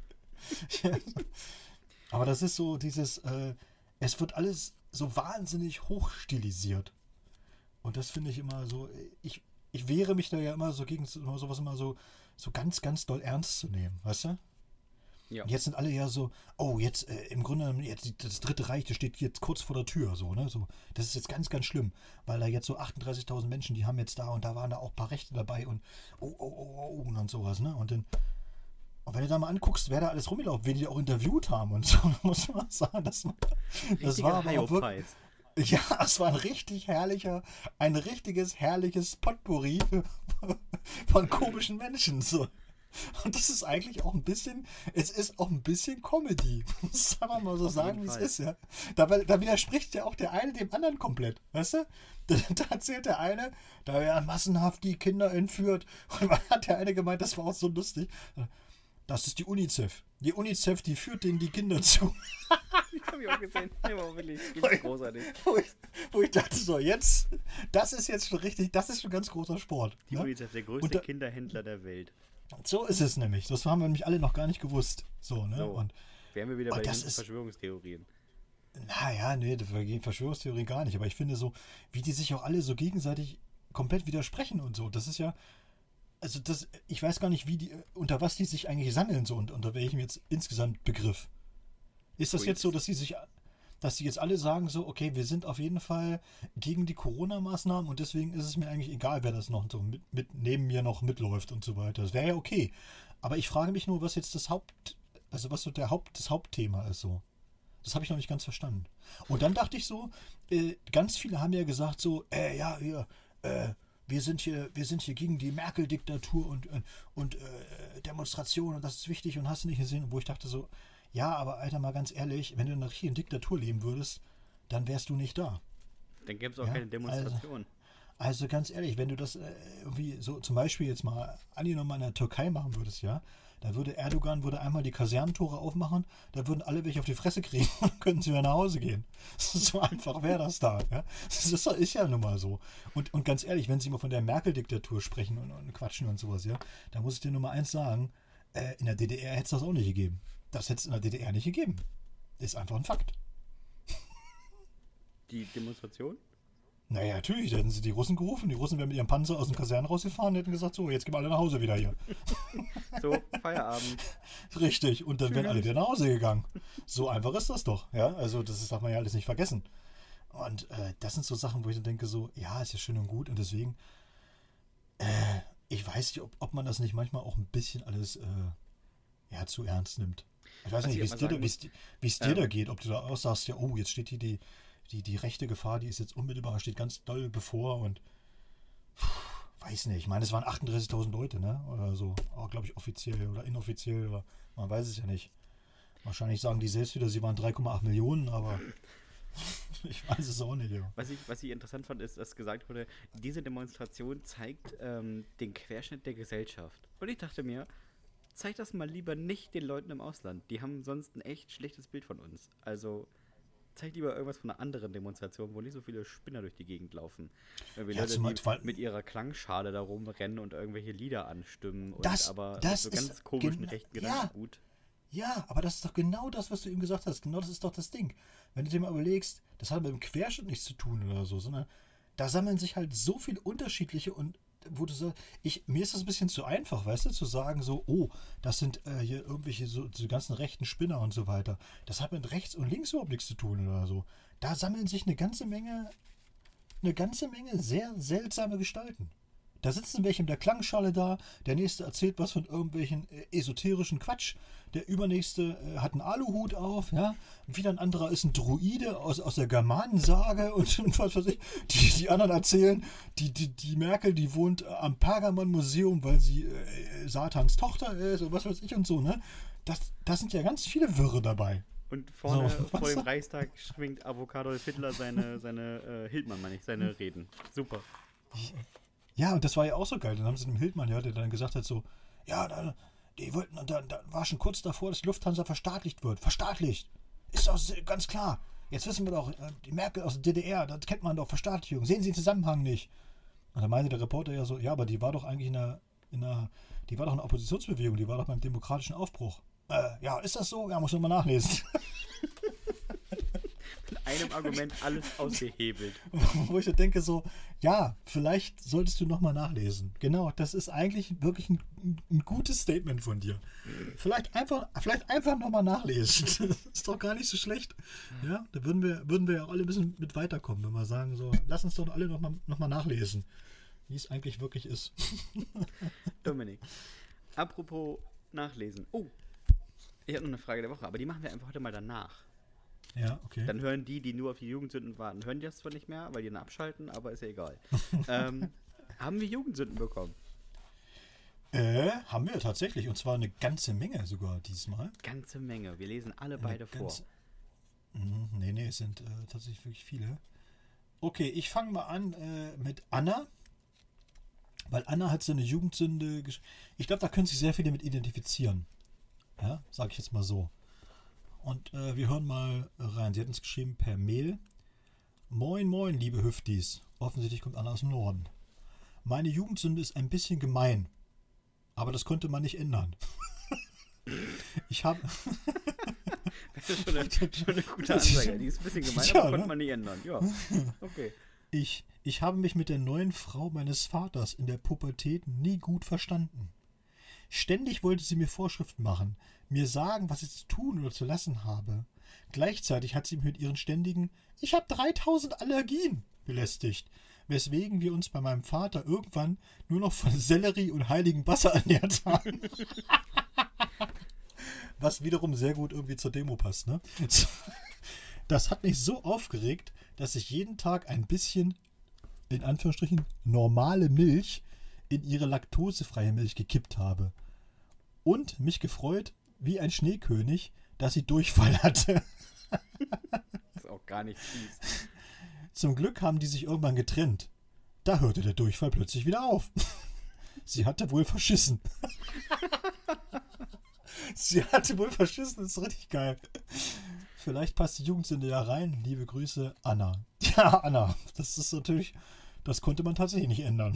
Aber das ist so dieses, es wird alles so wahnsinnig hochstilisiert. Und das finde ich immer so, ich wehre mich da ja immer so gegen sowas immer so ganz, ganz doll ernst zu nehmen, weißt du? Ja. Und jetzt sind alle ja so, oh, jetzt im Grunde, jetzt das Dritte Reich, das steht jetzt kurz vor der Tür, so, ne? So, das ist jetzt ganz, ganz schlimm, weil da jetzt so 38.000 Menschen, die haben jetzt da und da waren da auch ein paar Rechte dabei und und sowas, ne? Und wenn du da mal anguckst, wer da alles rumgelaufen, wen die auch interviewt haben und so, muss man sagen, das war aber auch wirklich, ja, es war ein richtiges, herrliches Potpourri von komischen Menschen, so. Und das ist eigentlich auch es ist auch ein bisschen Comedy. Das kann man mal so sagen, wie es ist, ja. Da widerspricht ja auch der eine dem anderen komplett, weißt du? Da erzählt der eine, da werden massenhaft die Kinder entführt. Und dann hat der eine gemeint, das war auch so lustig. Das ist die UNICEF. Die UNICEF, die führt denen die Kinder zu. Ich habe ich auch gesehen. Der war wirklich großartig. Wo ich dachte so, das ist jetzt schon richtig, das ist schon ganz großer Sport. Die UNICEF, der größte Kinderhändler der Welt. So ist es nämlich. Das haben wir nämlich alle noch gar nicht gewusst. So, ne? So, und wären wir wieder bei den Verschwörungstheorien. Naja, nee, gegen Verschwörungstheorien gar nicht. Aber ich finde so, wie die sich auch alle so gegenseitig komplett widersprechen und so. Das ist ja, also ich weiß gar nicht, unter was die sich eigentlich sammeln so und unter welchem jetzt insgesamt Begriff. Ist das jetzt so, dass sie jetzt alle sagen so, okay, wir sind auf jeden Fall gegen die Corona-Maßnahmen und deswegen ist es mir eigentlich egal, wer das noch so neben mir noch mitläuft und so weiter. Das wäre ja okay. Aber ich frage mich nur, was jetzt das Hauptthema ist so. Das habe ich noch nicht ganz verstanden. Und dann dachte ich so, ganz viele haben ja gesagt so, wir sind hier gegen die Merkel-Diktatur und Demonstrationen und das ist wichtig und hast du nicht gesehen, wo ich dachte so, ja, aber Alter, mal ganz ehrlich, wenn du in einer richtigen Diktatur leben würdest, dann wärst du nicht da. Dann gäbe es auch keine Demonstration. Also ganz ehrlich, wenn du das irgendwie so zum Beispiel jetzt mal angenommen in der Türkei machen würdest, ja, da würde Erdogan einmal die Kasernentore aufmachen, da würden alle welche auf die Fresse kriegen und könnten sie wieder nach Hause gehen. So einfach wäre das da. Ja? Das ist ja nun mal so. Und ganz ehrlich, wenn sie immer von der Merkel-Diktatur sprechen und quatschen und sowas, ja, da muss ich dir nur mal eins sagen, in der DDR hätte es das auch nicht gegeben. Das hätte es in der DDR nicht gegeben. Ist einfach ein Fakt. Die Demonstration? Naja, natürlich, da hätten sie die Russen gerufen. Die Russen wären mit ihrem Panzer aus dem Kasernen rausgefahren und hätten gesagt, so, jetzt gehen wir alle nach Hause wieder hier. So, Feierabend. Richtig, und dann wären alle wieder nach Hause gegangen. So einfach ist das doch. Ja, also das darf man ja alles nicht vergessen. Und das sind so Sachen, wo ich dann denke so, ja, ist ja schön und gut und deswegen, ich weiß nicht, ob man das nicht manchmal auch ein bisschen alles zu ernst nimmt. Ich weiß nicht, wie es dir da geht, ob du da auch sagst, ja, oh, jetzt steht hier die rechte Gefahr, die ist jetzt unmittelbar, steht ganz doll bevor und weiß nicht. Ich meine, es waren 38.000 Leute, ne? Oder so. Auch, glaube ich, offiziell oder inoffiziell, oder man weiß es ja nicht. Wahrscheinlich sagen die selbst wieder, sie waren 3,8 Millionen, aber ich weiß es auch nicht, ja. Was ich interessant fand, ist, dass gesagt wurde, diese Demonstration zeigt den Querschnitt der Gesellschaft. Und ich dachte mir, zeig das mal lieber nicht den Leuten im Ausland. Die haben sonst ein echt schlechtes Bild von uns. Also zeig lieber irgendwas von einer anderen Demonstration, wo nicht so viele Spinner durch die Gegend laufen. Irgendwie Leute, die mit ihrer Klangschale da rumrennen und irgendwelche Lieder anstimmen und mit so ganz komischen rechten Gedankengut. Ja, aber das ist doch genau das, was du eben gesagt hast. Genau das ist doch das Ding. Wenn du dir mal überlegst, das hat mit dem Querschnitt nichts zu tun oder so, sondern da sammeln sich halt so viele unterschiedliche und wo du sagst, mir ist das ein bisschen zu einfach, weißt du, zu sagen so, oh, das sind hier irgendwelche so ganzen rechten Spinner und so weiter. Das hat mit rechts und links überhaupt nichts zu tun oder so. Da sammeln sich eine ganze Menge sehr seltsame Gestalten. Da sitzen welche mit der Klangschale da, der nächste erzählt was von irgendwelchen esoterischen Quatsch, der übernächste hat einen Aluhut auf, ja, und wieder ein anderer ist ein Druide aus der Germanensage und was weiß ich. Die anderen erzählen, die Merkel, die wohnt am Pergamon-Museum, weil sie Satans Tochter ist und was weiß ich und so, ne? Das sind ja ganz viele Wirre dabei. Und vorne vor dem Reichstag schwingt Adolf Hitler seine Hildmann, meine ich, seine Reden. Super. Ja, und das war ja auch so geil. Dann haben sie dem Hildmann, ja, der dann gesagt hat so, ja, da war schon kurz davor, dass die Lufthansa verstaatlicht wird. Verstaatlicht. Ist doch ganz klar. Jetzt wissen wir doch, die Merkel aus der DDR, das kennt man doch, Verstaatlichung. Sehen Sie den Zusammenhang nicht? Und dann meinte der Reporter ja so, ja, aber die war doch eigentlich die war doch eine Oppositionsbewegung, die war doch beim demokratischen Aufbruch. Ja, ist das so? Ja, muss ich mal nachlesen. einem Argument alles ausgehebelt. Wo ich so denke, so, ja, vielleicht solltest du nochmal nachlesen. Genau, das ist eigentlich wirklich ein gutes Statement von dir. Vielleicht einfach nochmal nachlesen. Das ist doch gar nicht so schlecht. Ja, da würden wir ja alle ein bisschen mit weiterkommen, wenn wir sagen, so, lass uns doch alle nochmal nachlesen, wie es eigentlich wirklich ist. Dominik, apropos nachlesen. Oh, ich habe noch eine Frage der Woche, aber die machen wir einfach heute mal danach. Ja, okay. Dann hören die nur auf die Jugendsünden warten, hören die das zwar nicht mehr, weil die dann abschalten, aber ist ja egal. Haben wir Jugendsünden bekommen? Haben wir tatsächlich, und zwar eine ganze Menge sogar diesmal. Ganze Menge, wir lesen alle beide vor. Nee, es sind tatsächlich wirklich viele. Okay, ich fange mal an mit Anna. Weil Anna hat so eine Jugendsünde. Ich glaube, da können sich sehr viele mit identifizieren. Ja, sage ich jetzt mal so. Und wir hören mal rein. Sie hat uns geschrieben per Mail. Moin, moin, liebe Hüftis. Offensichtlich kommt Anna aus dem Norden. Meine Jugendsünde ist ein bisschen gemein. Aber das konnte man nicht ändern. Ich habe... Das ist schon eine gute Ansage. Die ist ein bisschen gemein, aber konnte man nicht ändern. Ja, okay. Ich habe mich mit der neuen Frau meines Vaters in der Pubertät nie gut verstanden. Ständig wollte sie mir Vorschriften machen, mir sagen, was ich zu tun oder zu lassen habe. Gleichzeitig hat sie mich mit ihren ständigen „Ich habe 3000 Allergien" belästigt, weswegen wir uns bei meinem Vater irgendwann nur noch von Sellerie und heiligem Wasser ernährt haben. Was wiederum sehr gut irgendwie zur Demo passt, ne? Das hat mich so aufgeregt, dass ich jeden Tag ein bisschen, in Anführungsstrichen, normale Milch in ihre laktosefreie Milch gekippt habe. Und mich gefreut, wie ein Schneekönig, dass sie Durchfall hatte. Das ist auch gar nicht fies. Zum Glück haben die sich irgendwann getrennt. Da hörte der Durchfall plötzlich wieder auf. Sie hatte wohl verschissen. Sie hatte wohl verschissen, das ist richtig geil. Vielleicht passt die Jugendsünde ja rein. Liebe Grüße, Anna. Ja, Anna, das ist natürlich, das konnte man tatsächlich nicht ändern.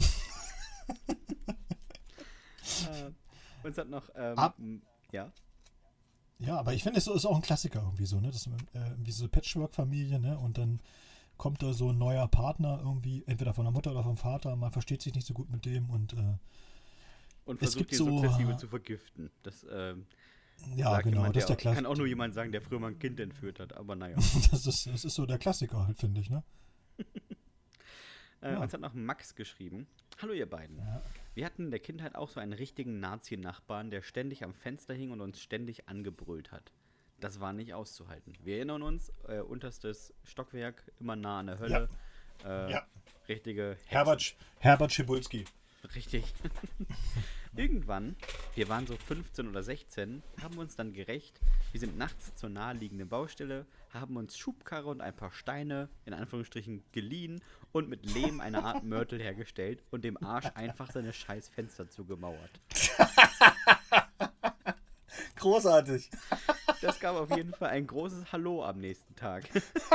Uns hat noch, ja. Ja, aber ich finde, es ist auch ein Klassiker irgendwie so, ne? Das ist wie so eine Patchwork-Familie, ne? Und dann kommt da so ein neuer Partner irgendwie, entweder von der Mutter oder vom Vater, man versteht sich nicht so gut mit dem und versucht die sukzessive zu vergiften. Das, ja, genau, jemand, das ist der Klassiker. Kann auch nur jemand sagen, der früher mal ein Kind entführt hat, aber naja. Das ist so der Klassiker halt, finde ich, ne? Ja. Uns hat noch Max geschrieben. Hallo ihr beiden. Ja. Wir hatten in der Kindheit auch so einen richtigen Nazi-Nachbarn, der ständig am Fenster hing und uns ständig angebrüllt hat. Das war nicht auszuhalten. Wir erinnern uns, unterstes Stockwerk, immer nah an der Hölle. Ja. Richtige Hexen. Herbert Schibulski. Richtig. Irgendwann, wir waren so 15 oder 16, haben wir uns dann gerächt. Wir sind nachts zur naheliegenden Baustelle, haben uns Schubkarre und ein paar Steine, in Anführungsstrichen, geliehen und mit Lehm eine Art Mörtel hergestellt und dem Arsch einfach seine scheiß Fenster zugemauert. Großartig. Das gab auf jeden Fall ein großes Hallo am nächsten Tag.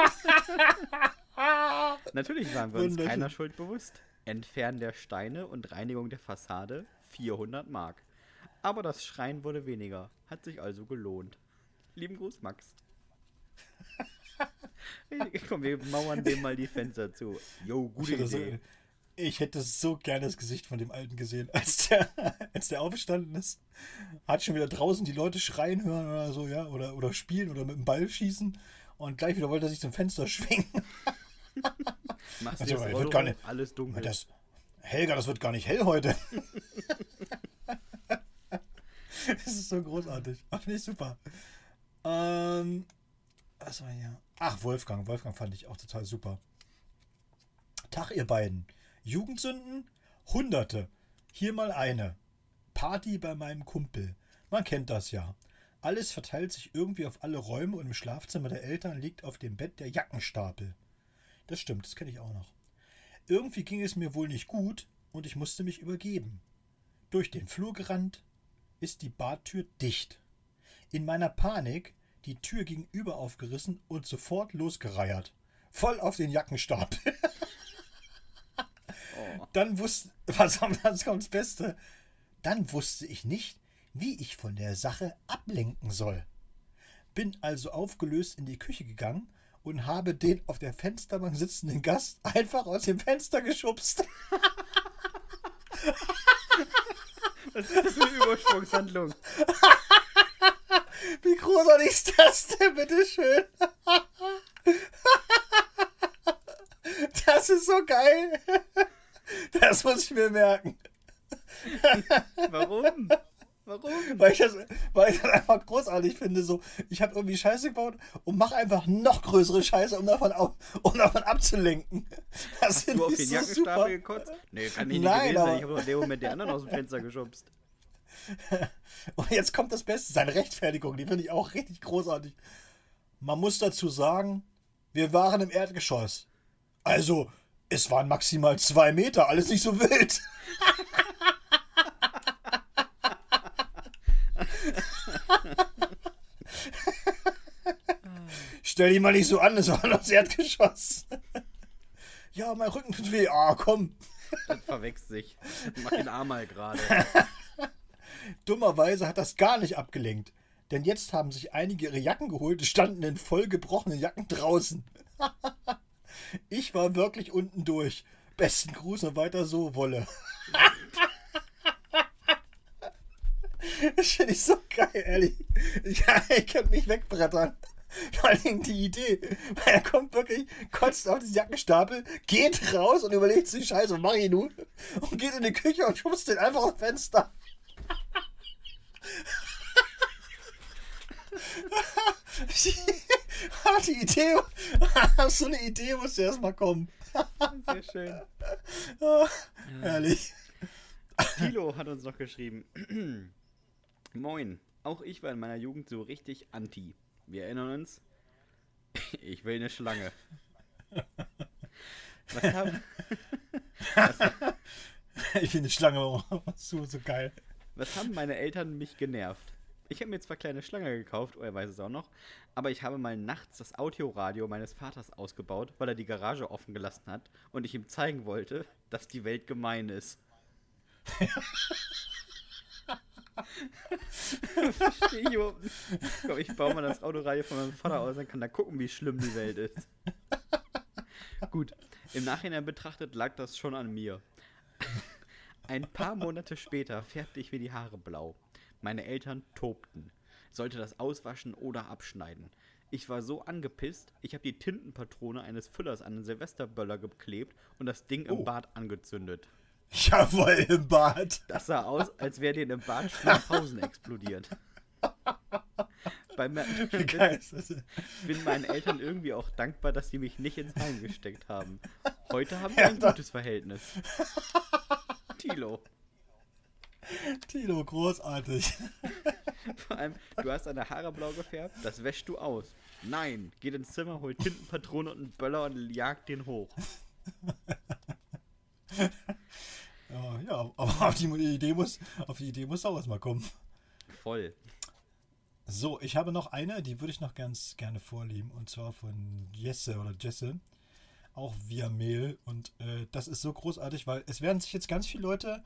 Natürlich waren wir uns keiner Schuld bewusst. Entfernen der Steine und Reinigung der Fassade 400 Mark. Aber das Schreien wurde weniger. Hat sich also gelohnt. Lieben Gruß, Max. Komm, wir mauern dem mal die Fenster zu. Jo, gute Idee. Ich hätte so gerne das Gesicht von dem Alten gesehen, als der aufgestanden ist. Hat schon wieder draußen die Leute schreien hören oder so, ja, oder spielen oder mit dem Ball schießen und gleich wieder wollte er sich zum Fenster schwingen. Machst du das Rollo hoch, alles dunkel. Helga, das wird gar nicht hell heute. Das ist so großartig. Finde ich super. Was war hier? Ach, Wolfgang. Wolfgang fand ich auch total super. Tag, ihr beiden. Jugendsünden? Hunderte. Hier mal eine. Party bei meinem Kumpel. Man kennt das ja. Alles verteilt sich irgendwie auf alle Räume und im Schlafzimmer der Eltern liegt auf dem Bett der Jackenstapel. Das stimmt, das kenne ich auch noch. Irgendwie ging es mir wohl nicht gut und ich musste mich übergeben. Durch den Flur gerannt, ist die Badtür dicht. In meiner Panik die Tür gegenüber aufgerissen und sofort losgereiert. Voll auf den Jackenstapel. Oh. Dann wusste, was kommt das Beste? Dann wusste ich nicht, wie ich von der Sache ablenken soll. Bin also aufgelöst in die Küche gegangen und habe den auf der Fensterbank sitzenden Gast einfach aus dem Fenster geschubst. Was ist das für eine Übersprungshandlung? Wie großartig ist das denn, bitteschön? Das ist so geil. Das muss ich mir merken. Warum? Warum? Weil ich das einfach großartig finde. So, ich habe irgendwie Scheiße gebaut und mache einfach noch größere Scheiße, um davon abzulenken. Das Hast du auf den so Jackenstapel super. gekotzt? Nee, kann ich nicht Nein, gewesen sein. aber- Ich habe doch in dem Moment die anderen aus dem Fenster geschubst. Und jetzt kommt das Beste, seine Rechtfertigung. Die finde ich auch richtig großartig. Man muss dazu sagen, wir waren im Erdgeschoss. Also, es waren maximal 2 Meter. Alles nicht so wild. Stell dich mal nicht so an, es war noch das Erdgeschoss. Ja, mein Rücken tut weh. Ah, komm. Das verwechselt sich. Mach den Arm mal gerade. Dummerweise hat das gar nicht abgelenkt. Denn jetzt haben sich einige ihre Jacken geholt, standen in voll gebrochenen Jacken draußen. Ich war wirklich unten durch. Besten Gruß und weiter so, Wolle. Das finde ich so geil, ehrlich. Ich könnte mich wegbrettern. Vor allem die Idee. Weil er kommt wirklich, kotzt auf den Jackenstapel, geht raus und überlegt sich, Scheiße, was mache ich nun? Und geht in die Küche und schubst den einfach aufs Fenster. Die Idee, so eine Idee musste erstmal kommen. Sehr schön. Herrlich. Thilo hat uns noch geschrieben. Moin, auch ich war in meiner Jugend so richtig anti. Wir erinnern uns, ich will eine Schlange. Ich finde die Schlange so geil. Was haben meine Eltern mich genervt? Ich habe mir zwar kleine Schlange gekauft, er weiß es auch noch, aber ich habe mal nachts das Autoradio meines Vaters ausgebaut, weil er die Garage offen gelassen hat und ich ihm zeigen wollte, dass die Welt gemein ist. Verstehe ich überhaupt nicht. Komm, ich baue mal das Autoradio von meinem Vater aus, dann kann er gucken, wie schlimm die Welt ist. Gut, im Nachhinein betrachtet lag das schon an mir. Ein paar Monate später färbte ich mir die Haare blau. Meine Eltern tobten. Sollte das auswaschen oder abschneiden. Ich war so angepisst, ich habe die Tintenpatrone eines Füllers an den Silvesterböller geklebt und das Ding im Bad angezündet. Jawohl, im Bad. Das sah aus, als wäre denen im Bad Schlimmhausen explodiert. Wie geil ist das denn? Bin meinen Eltern irgendwie auch dankbar, dass sie mich nicht ins Heim gesteckt haben. Heute haben wir ein gutes Verhältnis. Thilo. Tilo, großartig. Vor allem, du hast deine Haare blau gefärbt, das wäschst du aus. Nein, geht ins Zimmer, holt Tintenpatrone und einen Böller und jagt den hoch. Ja, aber auf die Idee muss auch erstmal kommen. Voll. So, ich habe noch eine, die würde ich noch ganz gerne vorlesen. Und zwar von Jesse. Auch via Mail. Und das ist so großartig, weil es werden sich ganz viele Leute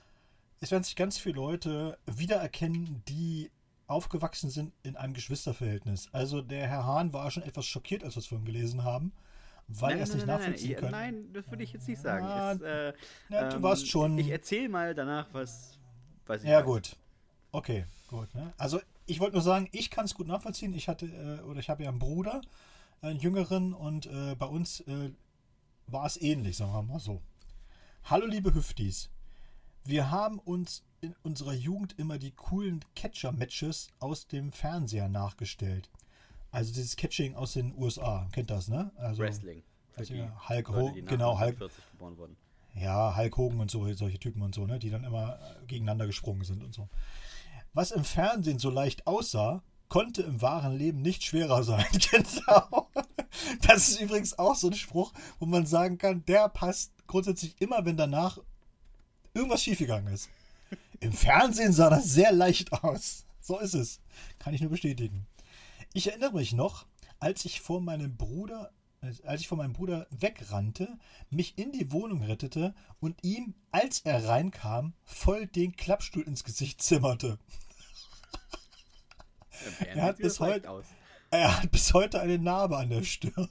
wiedererkennen, die aufgewachsen sind in einem Geschwisterverhältnis. Also der Herr Hahn war schon etwas schockiert, als wir es vorhin gelesen haben, weil er es nicht nachvollziehen kann. Nein, das würde ich jetzt nicht sagen. Du warst schon... Ich erzähle mal danach, was ich Ja, weiß. gut. Okay, gut. Ne? Also ich wollte nur sagen, ich kann es gut nachvollziehen. Ich habe ja einen Bruder, einen jüngeren, und bei uns war es ähnlich, sagen wir mal so. Hallo liebe Hüftis. Wir haben uns in unserer Jugend immer die coolen Catcher-Matches aus dem Fernseher nachgestellt. Also dieses Catching aus den USA. Kennt das, ne? Also, Wrestling. Also, die Hulk Leute, Hogan, die nach genau, 1940 geboren wurden. Ja, Hulk Hogan und so, solche Typen und so, ne? Die dann immer gegeneinander gesprungen sind und so. Was im Fernsehen so leicht aussah, konnte im wahren Leben nicht schwerer sein. Genau. Das ist übrigens auch so ein Spruch, wo man sagen kann, der passt grundsätzlich immer, wenn danach irgendwas schiefgegangen ist. Im Fernsehen sah das sehr leicht aus. So ist es. Kann ich nur bestätigen. Ich erinnere mich noch, als ich vor meinem Bruder wegrannte, mich in die Wohnung rettete und ihm, als er reinkam, voll den Klappstuhl ins Gesicht zimmerte. Er hat bis heute Er hat bis heute eine Narbe an der Stirn.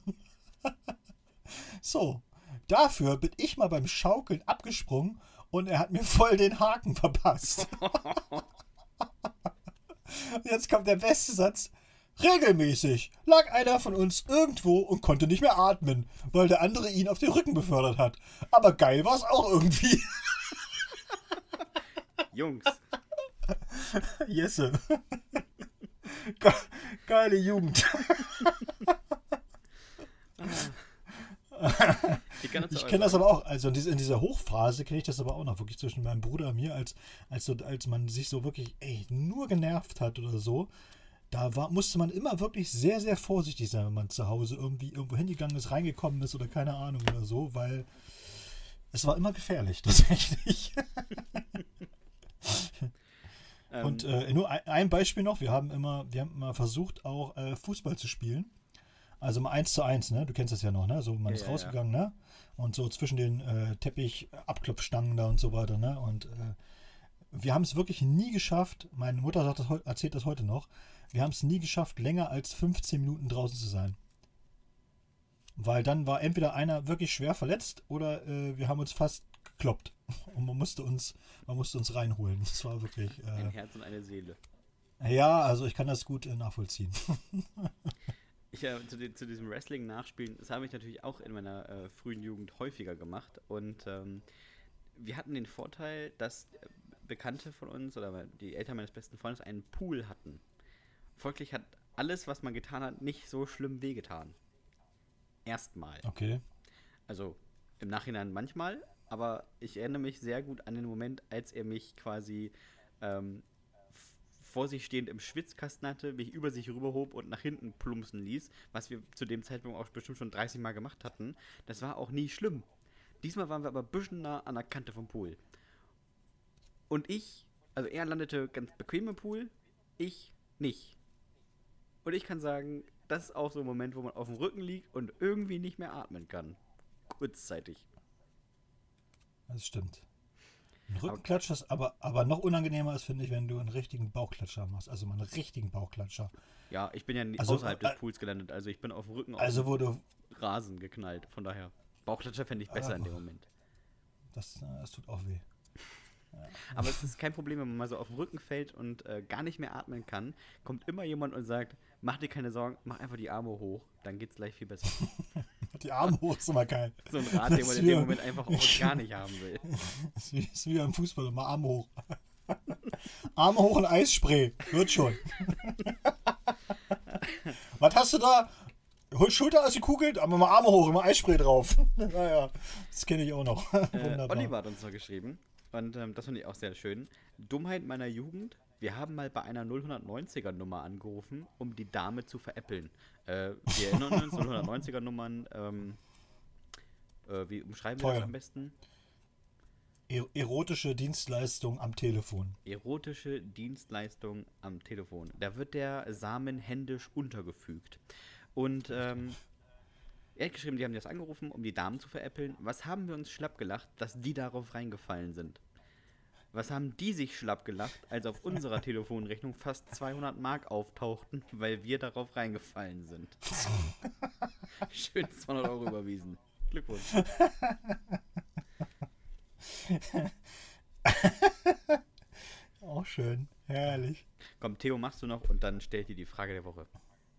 So, dafür bin ich mal beim Schaukeln abgesprungen und er hat mir voll den Haken verpasst. Jetzt kommt der beste Satz. Regelmäßig lag einer von uns irgendwo und konnte nicht mehr atmen, weil der andere ihn auf den Rücken befördert hat. Aber geil war es auch irgendwie. Jungs. Jesse. Geile Jugend. Ich kenne das aber auch, also in dieser Hochphase kenne ich das aber auch noch, wirklich zwischen meinem Bruder und mir, als man sich so wirklich nur genervt hat oder so, musste man immer wirklich sehr, sehr vorsichtig sein, wenn man zu Hause irgendwo hingegangen ist, reingekommen ist oder keine Ahnung oder so, weil es war immer gefährlich, tatsächlich. Und nur ein Beispiel noch, wir haben immer versucht, auch Fußball zu spielen. Also mal 1:1, ne? Du kennst das ja noch, ne? So, man ist rausgegangen, ne? Und so zwischen den Teppich-Abklopfstangen da und so weiter, ne? Und wir haben es wirklich nie geschafft, meine Mutter erzählt das heute noch, wir haben es nie geschafft, länger als 15 Minuten draußen zu sein. Weil dann war entweder einer wirklich schwer verletzt oder wir haben uns fast gekloppt. Und man musste uns reinholen. Das war wirklich... ein Herz und eine Seele. Ja, also ich kann das gut nachvollziehen. Zu diesem Wrestling-Nachspielen, das habe ich natürlich auch in meiner frühen Jugend häufiger gemacht. Und wir hatten den Vorteil, dass Bekannte von uns oder die Eltern meines besten Freundes einen Pool hatten. Folglich hat alles, was man getan hat, nicht so schlimm wehgetan. Erstmal. Okay. Also im Nachhinein manchmal, aber ich erinnere mich sehr gut an den Moment, als er mich quasi vor sich stehend im Schwitzkasten hatte, mich über sich rüberhob und nach hinten plumpsen ließ, was wir zu dem Zeitpunkt auch bestimmt schon 30 Mal gemacht hatten. Das war auch nie schlimm. Diesmal waren wir aber ein bisschen nah an der Kante vom Pool. Und er landete ganz bequem im Pool, ich nicht. Und ich kann sagen, das ist auch so ein Moment, wo man auf dem Rücken liegt und irgendwie nicht mehr atmen kann. Kurzzeitig. Das stimmt. Ein Rückenklatsch ist aber noch unangenehmer ist, finde ich, wenn du einen richtigen Bauchklatscher machst. Also mal einen richtigen Bauchklatscher. Ja, ich bin ja außerhalb des Pools gelandet. Also ich bin auf dem Rücken auf den Rasen geknallt. Von daher, Bauchklatscher fände ich besser in dem Moment. Das tut auch weh. Ja. Aber es ist kein Problem, wenn man mal so auf den Rücken fällt und gar nicht mehr atmen kann. Kommt immer jemand und sagt, mach dir keine Sorgen, mach einfach die Arme hoch. Dann geht's gleich viel besser. Die Arme hoch ist immer geil. So ein Rat, den man in dem Moment einfach auch gar nicht haben will. Das ist wie beim Fußball, immer Arme hoch. Arme hoch und Eisspray. Wird schon. Was hast du da? Hol Schulter ausgekugelt, aber mal Arme hoch, immer Eisspray drauf. Naja, das kenne ich auch noch. Wunderbar. Oliver hat uns noch geschrieben. Und das fand ich auch sehr schön. Dummheit meiner Jugend. Wir haben mal bei einer 090er-Nummer angerufen, um die Dame zu veräppeln. Wir erinnern uns, 090er-Nummern, wie umschreiben wir das am besten? Erotische Dienstleistung am Telefon. Erotische Dienstleistung am Telefon. Da wird der Samen händisch untergefügt. Und er hat geschrieben, die haben das angerufen, um die Damen zu veräppeln. Was haben wir uns schlapp gelacht, dass die darauf reingefallen sind? Was haben die sich schlapp gelacht, als auf unserer Telefonrechnung fast 200 Mark auftauchten, weil wir darauf reingefallen sind? Schön 200 Euro überwiesen. Glückwunsch. Auch schön. Herrlich. Komm, Theo, machst du noch und dann stellt dir die Frage der Woche.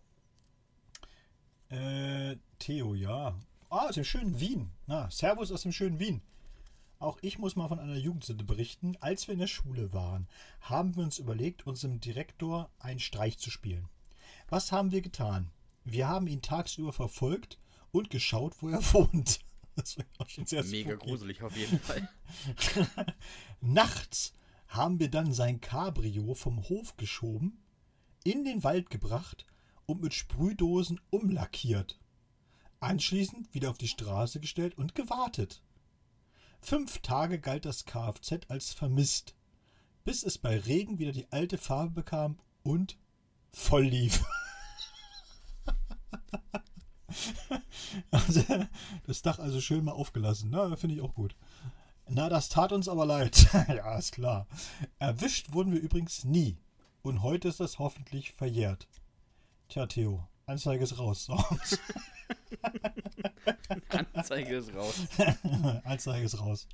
Theo, ja. Aus dem schönen Wien. Servus aus dem schönen Wien. Auch ich muss mal von einer Jugendsünde berichten. Als wir in der Schule waren, haben wir uns überlegt, unserem Direktor einen Streich zu spielen. Was haben wir getan? Wir haben ihn tagsüber verfolgt und geschaut, wo er wohnt. Das war auch schon sehr mega spooky. Gruselig auf jeden Fall. Nachts haben wir dann sein Cabrio vom Hof geschoben, in den Wald gebracht und mit Sprühdosen umlackiert. Anschließend wieder auf die Straße gestellt und gewartet. 5 Tage galt das Kfz als vermisst, bis es bei Regen wieder die alte Farbe bekam und voll lief. Also, das Dach also schön mal aufgelassen. Finde ich auch gut. Das tat uns aber leid. Ja, ist klar. Erwischt wurden wir übrigens nie. Und heute ist das hoffentlich verjährt. Tja, Theo, Anzeige ist raus. So. Anzeige ist raus. Anzeige ist raus.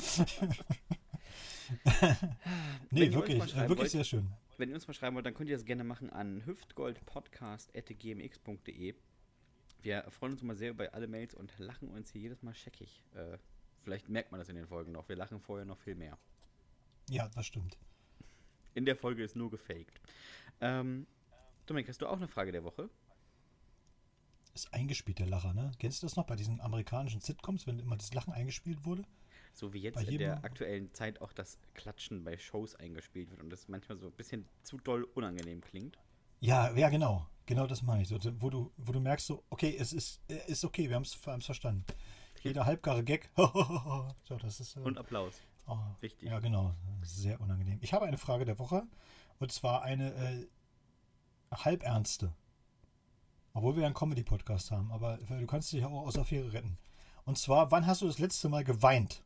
Wenn Nee, ihr uns mal wirklich, schreiben wirklich wollt, sehr schön. Wenn ihr uns mal schreiben wollt, dann könnt ihr das gerne machen an hüftgoldpodcast@gmx.de. Wir freuen uns immer sehr über alle Mails und lachen uns hier jedes Mal scheckig. Vielleicht merkt man das in den Folgen noch. Wir lachen vorher noch viel mehr. Ja, das stimmt. In der Folge ist nur gefaked. Dominik, hast du auch eine Frage der Woche? Ist eingespielt, der Lacher, ne? Kennst du das noch bei diesen amerikanischen Sitcoms, wenn immer das Lachen eingespielt wurde? So wie jetzt Bei in jedem- der aktuellen Zeit auch das Klatschen bei Shows eingespielt wird und das manchmal so ein bisschen zu doll unangenehm klingt. Ja, ja, genau. Genau das meine ich. So, wo du merkst, so, okay, es ist okay, wir haben es verstanden. Jeder halbgare Gag. So, das ist. Und Applaus. Oh, Richtig. ja, genau. Sehr unangenehm. Ich habe eine Frage der Woche. Und zwar eine halbernste. Obwohl wir ja einen Comedy-Podcast haben. Aber du kannst dich ja auch aus der Affäre retten. Und zwar, wann hast du das letzte Mal geweint?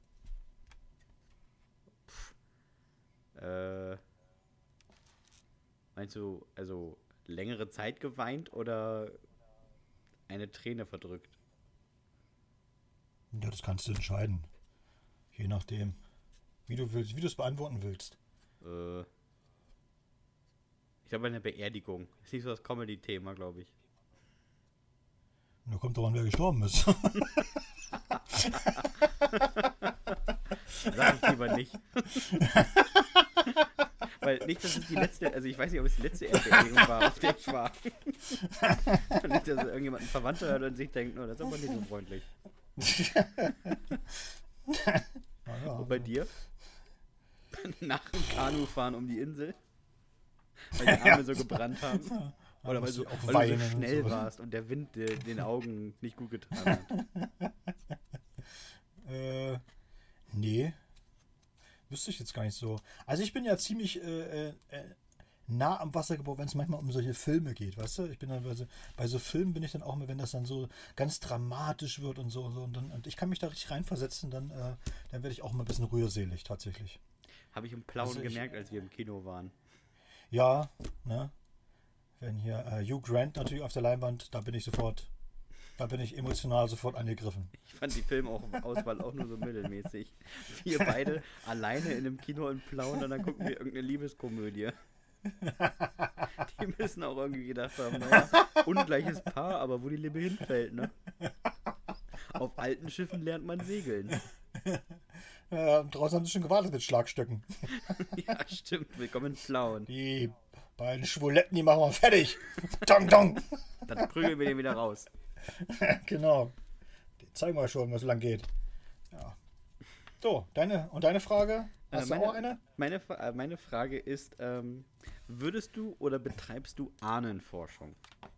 Meinst du, also längere Zeit geweint oder eine Träne verdrückt? Ja, das kannst du entscheiden. Je nachdem, wie du es beantworten willst. Ich glaube, bei einer Beerdigung. Das ist nicht so das Comedy-Thema, glaube ich. Da kommt doch an, wer gestorben ist. Sag ich lieber nicht. Weil nicht, dass es die letzte, also ich weiß nicht, ob es die letzte Beerdigung war, auf der ich war. Und nicht, dass irgendjemand einen Verwandter hört und sich denkt, no, das ist aber nicht so freundlich. Ja, Und bei dir? Nach dem Kanufahren um die Insel? Weil die Arme so gebrannt haben? Oder weil du so schnell warst und der Wind den Augen nicht gut getan hat? Nee. Wüsste ich jetzt gar nicht so. Also ich bin ja ziemlich nah am Wasser gebaut, wenn es manchmal um solche Filme geht, weißt du? Ich bin dann bei so Filmen bin ich dann auch immer, wenn das dann so ganz dramatisch wird und so und ich kann mich da richtig reinversetzen, dann werde ich auch mal ein bisschen rührselig tatsächlich. Habe ich im Plauen gemerkt, als wir im Kino waren. Ja, ne? Wenn hier Hugh Grant natürlich auf der Leinwand, da bin ich emotional sofort angegriffen. Ich fand die Filmauswahl auch nur so mittelmäßig. Wir beide alleine in einem Kino in Plauen und dann gucken wir irgendeine Liebeskomödie. Die müssen auch irgendwie gedacht haben, naja, ungleiches Paar, aber wo die Liebe hinfällt, ne? Auf alten Schiffen lernt man segeln. Draußen haben sie schon gewartet mit Schlagstöcken. Ja, stimmt. Willkommen in Plauen. Die beiden Schwuletten, die machen wir fertig. Dong, dong. Dann prügeln wir den wieder raus. Genau. Die zeigen wir schon, was lang geht. Ja. So, deine Frage? Hast du auch eine? Meine Frage ist, würdest du oder betreibst du Ahnenforschung?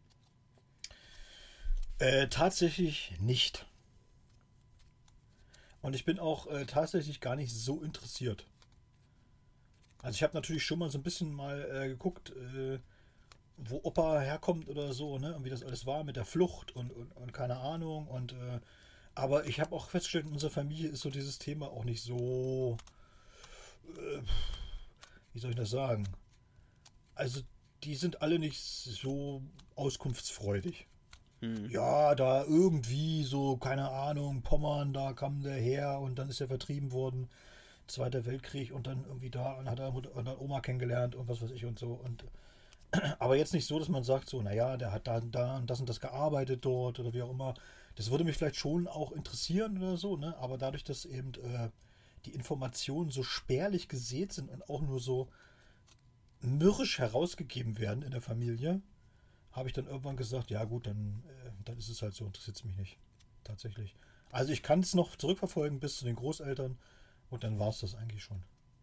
Tatsächlich nicht. Und ich bin auch tatsächlich gar nicht so interessiert. Also ich habe natürlich schon mal so ein bisschen mal geguckt, wo Opa herkommt oder so, ne? Und wie das alles war mit der Flucht und keine Ahnung. Aber ich habe auch festgestellt, in unserer Familie ist so dieses Thema auch nicht so, wie soll ich das sagen? Also die sind alle nicht so auskunftsfreudig. Ja, da irgendwie so, keine Ahnung, Pommern, da kam der her und dann ist er vertrieben worden. Zweiter Weltkrieg und dann irgendwie da und hat er Oma kennengelernt und was weiß ich und so. Aber jetzt nicht so, dass man sagt so, naja, der hat da und das gearbeitet dort oder wie auch immer. Das würde mich vielleicht schon auch interessieren oder so, ne? Aber dadurch, dass eben die Informationen so spärlich gesät sind und auch nur so mürrisch herausgegeben werden in der Familie, habe ich dann irgendwann gesagt, ja gut, dann ist es halt so, interessiert es mich nicht. Tatsächlich. Also ich kann es noch zurückverfolgen bis zu den Großeltern und dann war es das eigentlich schon.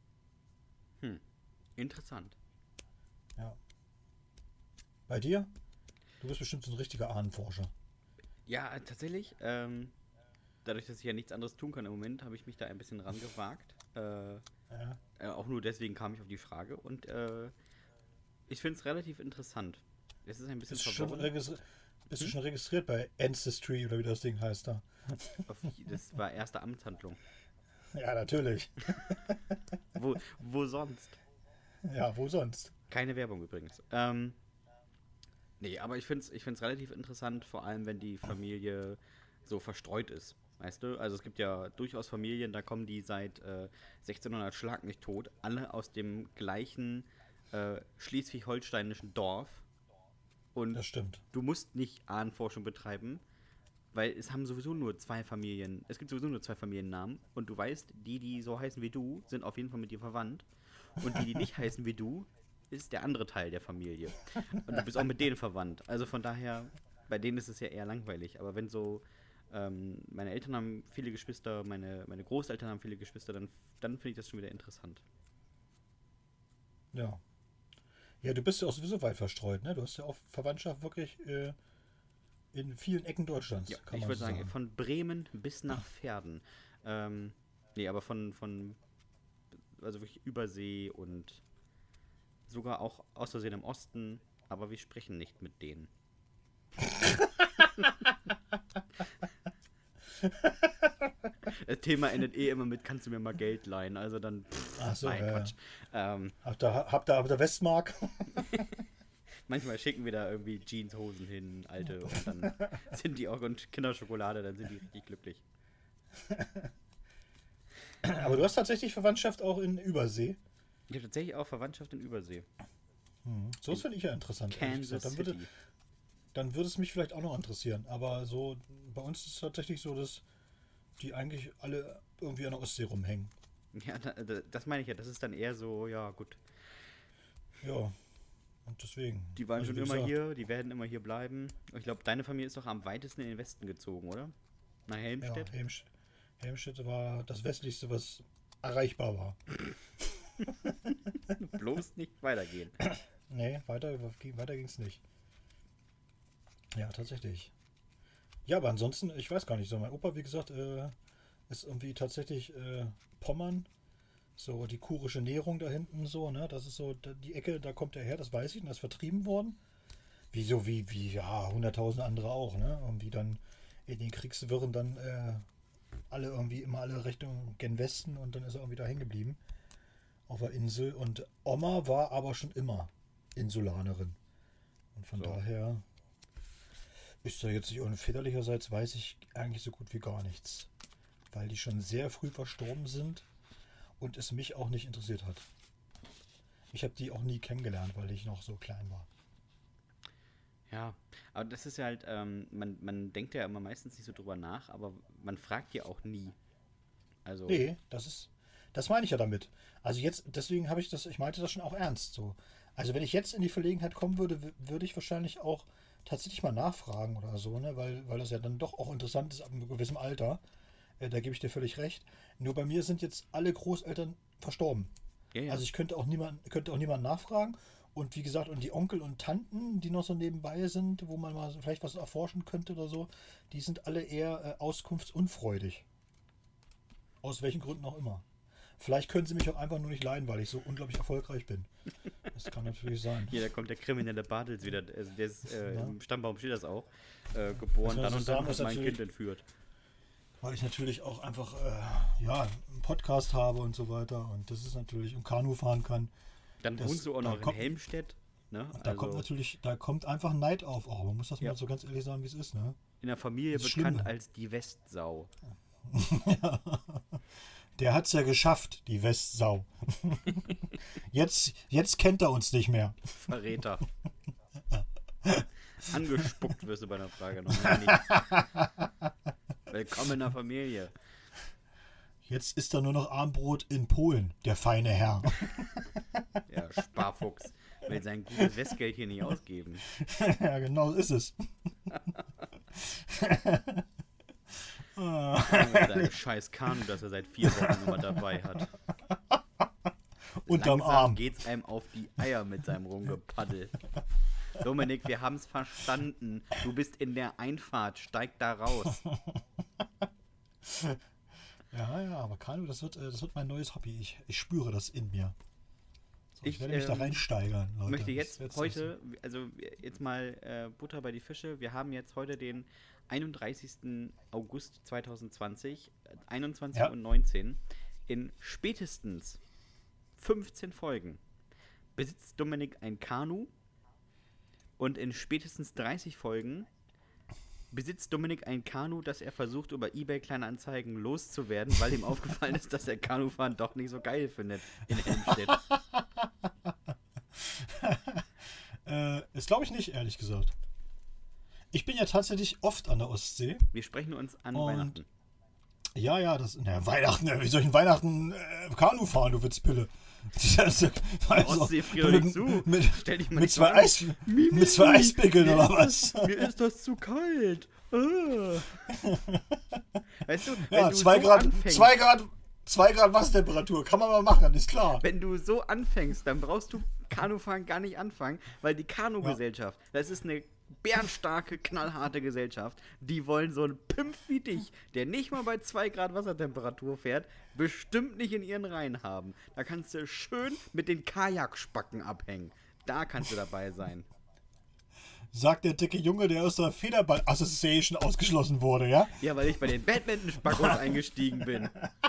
Interessant. Ja. Bei dir? Du bist bestimmt so ein richtiger Ahnenforscher. Ja, tatsächlich. Dadurch, dass ich ja nichts anderes tun kann im Moment, habe ich mich da ein bisschen rangewagt. Auch nur deswegen kam ich auf die Frage und ich finde es relativ interessant. Es ist ein bisschen verworren. Bist du schon registriert bei Ancestry oder wie das Ding heißt da? Das war erste Amtshandlung. Ja, natürlich. Wo sonst? Ja, wo sonst? Keine Werbung übrigens. Nee, aber ich find's relativ interessant, vor allem wenn die Familie so verstreut ist. Weißt du? Also es gibt ja durchaus Familien, da kommen die seit 1600 Schlag mich tot, alle aus dem gleichen schleswig-holsteinischen Dorf. Und Das stimmt. du musst nicht Ahnenforschung betreiben, weil es gibt sowieso nur zwei Familiennamen und du weißt, die so heißen wie du, sind auf jeden Fall mit dir verwandt. Und die nicht heißen wie du, ist der andere Teil der Familie. Und du bist auch mit denen verwandt. Also von daher, bei denen ist es ja eher langweilig. Aber wenn so, meine Eltern haben viele Geschwister, meine Großeltern haben viele Geschwister, dann finde ich das schon wieder interessant. Ja. Ja, du bist ja auch sowieso weit verstreut, ne? Du hast ja auch Verwandtschaft wirklich in vielen Ecken Deutschlands, Ja, kann ich man würde so sagen, sagen. von Bremen bis nach Verden. Nee, aber also wirklich Übersee und sogar auch aus Versehen im Osten, aber wir sprechen nicht mit denen. Das Thema endet eh immer mit, kannst du mir mal Geld leihen? Also dann, Ach so, nein, ja. Quatsch. Ähm, Habt ihr Westmark? manchmal schicken wir da irgendwie Jeanshosen hin, alte, und dann sind die auch, und Kinderschokolade, dann sind die richtig glücklich. Aber du hast tatsächlich Verwandtschaft auch in Übersee. Ich habe tatsächlich auch Verwandtschaft in Übersee. So finde ich ja interessant, ehrlich Kansas gesagt. City. Dann würde es mich vielleicht auch noch interessieren. Aber so, bei uns ist es tatsächlich so, dass die eigentlich alle irgendwie an der Ostsee rumhängen. Ja, das meine ich ja. Das ist dann eher so, ja, gut. Ja, und deswegen. Die waren Also schon wie immer gesagt, hier, die werden immer hier bleiben. Ich glaube, deine Familie ist doch am weitesten in den Westen gezogen, oder? Nach ja, Helmstedt? Helmstedt war das westlichste, was erreichbar war. Bloß nicht weitergehen. Nee, weiter ging es nicht. Ja, tatsächlich. Ja, aber ansonsten, ich weiß gar nicht so. Mein Opa, wie gesagt, ist irgendwie tatsächlich Pommern. So die kurische Nährung da hinten so, ne? Das ist so die Ecke, da kommt er her, das weiß ich, und das ist vertrieben worden. Wieso, ja, 100.000 andere auch, ne? Irgendwie dann in den Kriegswirren dann immer alle Richtung gen Westen und dann ist er irgendwie da hängen geblieben. Auf der Insel. Und Oma war aber schon immer Insulanerin. Und von So. daher ist er jetzt nicht, und väterlicherseits weiß ich eigentlich so gut wie gar nichts. Weil die schon sehr früh verstorben sind und es mich auch nicht interessiert hat. Ich habe die auch nie kennengelernt, weil ich noch so klein war. Ja, aber das ist ja halt, man denkt ja immer meistens nicht so drüber nach, aber man fragt ja auch nie. Also, Nee, das meine ich ja damit. Also jetzt, deswegen habe ich meinte das schon auch ernst so. Also wenn ich jetzt in die Verlegenheit kommen würde, würde ich wahrscheinlich auch tatsächlich mal nachfragen oder so, ne? Weil das ja dann doch auch interessant ist ab einem gewissen Alter. Da gebe ich dir völlig recht. Nur bei mir sind jetzt alle Großeltern verstorben. ja, ja. Also ich könnte auch niemanden nachfragen. Und wie gesagt, und die Onkel und Tanten, die noch so nebenbei sind, wo man mal so vielleicht was erforschen könnte oder so, die sind alle eher auskunftsunfreudig. Aus welchen Gründen auch immer. Vielleicht können sie mich auch einfach nur nicht leiden, weil ich so unglaublich erfolgreich bin. Das kann natürlich sein. Hier, da kommt der kriminelle Bartels wieder. Also der ist, Ja. im Stammbaum steht das auch. Geboren, Also dann und sagen dann wir hat es mein natürlich- Kind entführt. Weil ich natürlich auch einfach einen Podcast habe und so weiter. Und das ist natürlich, und Kanu fahren kann. Dann Das- wohnst du auch da noch in kommt- Helmstedt. Ne? Da kommt einfach Neid auf. Oh, man muss das Ja. mal so ganz ehrlich sagen, wie es ist, ne? In der Familie Das ist bekannt schlimm. als die Westsau. Der hat's ja geschafft, die Westsau. Jetzt kennt er uns nicht mehr. Verräter. Angespuckt wirst du bei der Frage noch. Mehr nicht. Willkommen in der Familie. Jetzt ist er nur noch Armbrot in Polen, der feine Herr. Ja, Sparfuchs. Will sein gutes Westgeld hier nicht ausgeben. Ja, genau so ist es. Mit seinem scheiß Kanu, das er seit 4 Wochen immer dabei hat. Unterm Langsam Arm. geht's einem auf die Eier mit seinem Rumgepaddel. Dominik, wir haben's verstanden. Du bist in der Einfahrt. Steig da raus. Ja, aber Kanu, das wird mein neues Hobby. Ich spüre das in mir. So, ich Ich, werde mich da reinsteigern, Leute. möchte Das jetzt wird's heute, also jetzt mal Butter bei die Fische. Wir haben jetzt heute den 31. August 2020, 21 Ja. und 19. In spätestens 15 Folgen besitzt Dominik ein Kanu Und in spätestens 30 Folgen besitzt Dominik ein Kanu, das er versucht, über eBay-Kleinanzeigen loszuwerden, weil ihm aufgefallen ist, dass er Kanufahren doch nicht so geil findet in Helmstedt. Das glaube ich nicht, ehrlich gesagt. Ich bin ja tatsächlich oft an der Ostsee. Wir sprechen uns an Weihnachten. Ja, Weihnachten, wie soll ich in Weihnachten Kanu fahren, du Witzpille? Ostseefrier zu. Stell dich mal mit zwei Eispickeln oder was? Mir ist das zu kalt. Weißt du, wenn ja, du 2 so Grad, anfängst, 2 Grad Wassertemperatur, kann man mal machen, ist klar. wenn du so anfängst, dann brauchst du Kanufahren gar nicht anfangen, weil die Kanugesellschaft, das ist eine bärenstarke, knallharte Gesellschaft, die wollen so einen Pimpf wie dich, der nicht mal bei 2 Grad Wassertemperatur fährt, bestimmt nicht in ihren Reihen haben. Da kannst du schön mit den Kajakspacken abhängen. Da kannst du dabei sein. Sagt der dicke Junge, der aus der Federball Association ausgeschlossen wurde, ja? Ja, weil ich bei den Badminton-Spackos eingestiegen bin.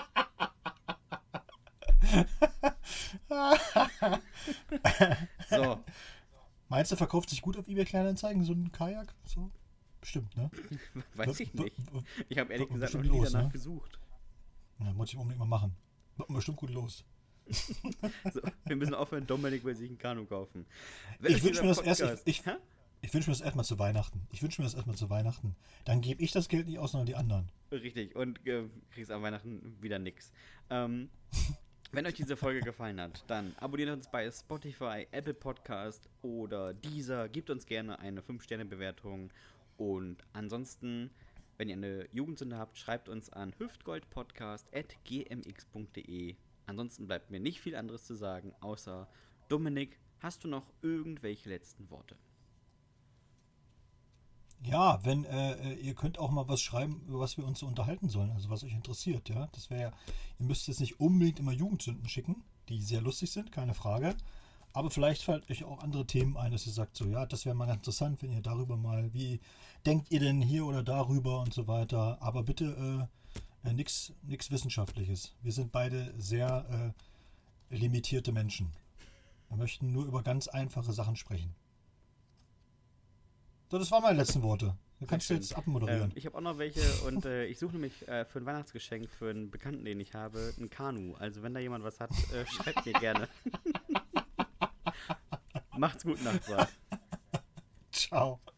So. Meinst du, verkauft sich gut auf eBay Kleinanzeigen, so ein Kajak? So? Bestimmt, ne? Weiß ich nicht. Ich habe ehrlich gesagt noch bestimmt nie los, danach ne? gesucht. Ja, muss ich unbedingt mal machen. Wird bestimmt gut los. So, wir müssen aufhören, Dominik will sich ein Kanu kaufen. Ich wünsche mir das erstmal zu Weihnachten. Dann gebe ich das Geld nicht aus, sondern die anderen. Richtig, und kriegst an Weihnachten wieder nix. Wenn euch diese Folge gefallen hat, dann abonniert uns bei Spotify, Apple Podcast oder Deezer. Gebt uns gerne eine 5-Sterne-Bewertung. Und ansonsten, wenn ihr eine Jugendsünde habt, schreibt uns an hüftgoldpodcast@gmx.de. Ansonsten bleibt mir nicht viel anderes zu sagen, außer Dominik, hast du noch irgendwelche letzten Worte? Ja, wenn ihr könnt auch mal was schreiben, über was wir uns so unterhalten sollen, also was euch interessiert, ja. Das wäre ja, ihr müsst jetzt nicht unbedingt immer Jugendsünden schicken, die sehr lustig sind, keine Frage. Aber vielleicht fällt euch auch andere Themen ein, dass ihr sagt, so ja, das wäre mal ganz interessant, wenn ihr darüber mal, wie denkt ihr denn hier oder darüber und so weiter. Aber bitte nichts Wissenschaftliches. Wir sind beide sehr limitierte Menschen. Wir möchten nur über ganz einfache Sachen sprechen. So, das waren meine letzten Worte. Du kannst jetzt abmoderieren. Ich habe auch noch welche und ich suche nämlich für ein Weihnachtsgeschenk für einen Bekannten, den ich habe, ein Kanu. Also wenn da jemand was hat, schreibt mir gerne. Macht's gut, Nachbar. Ciao.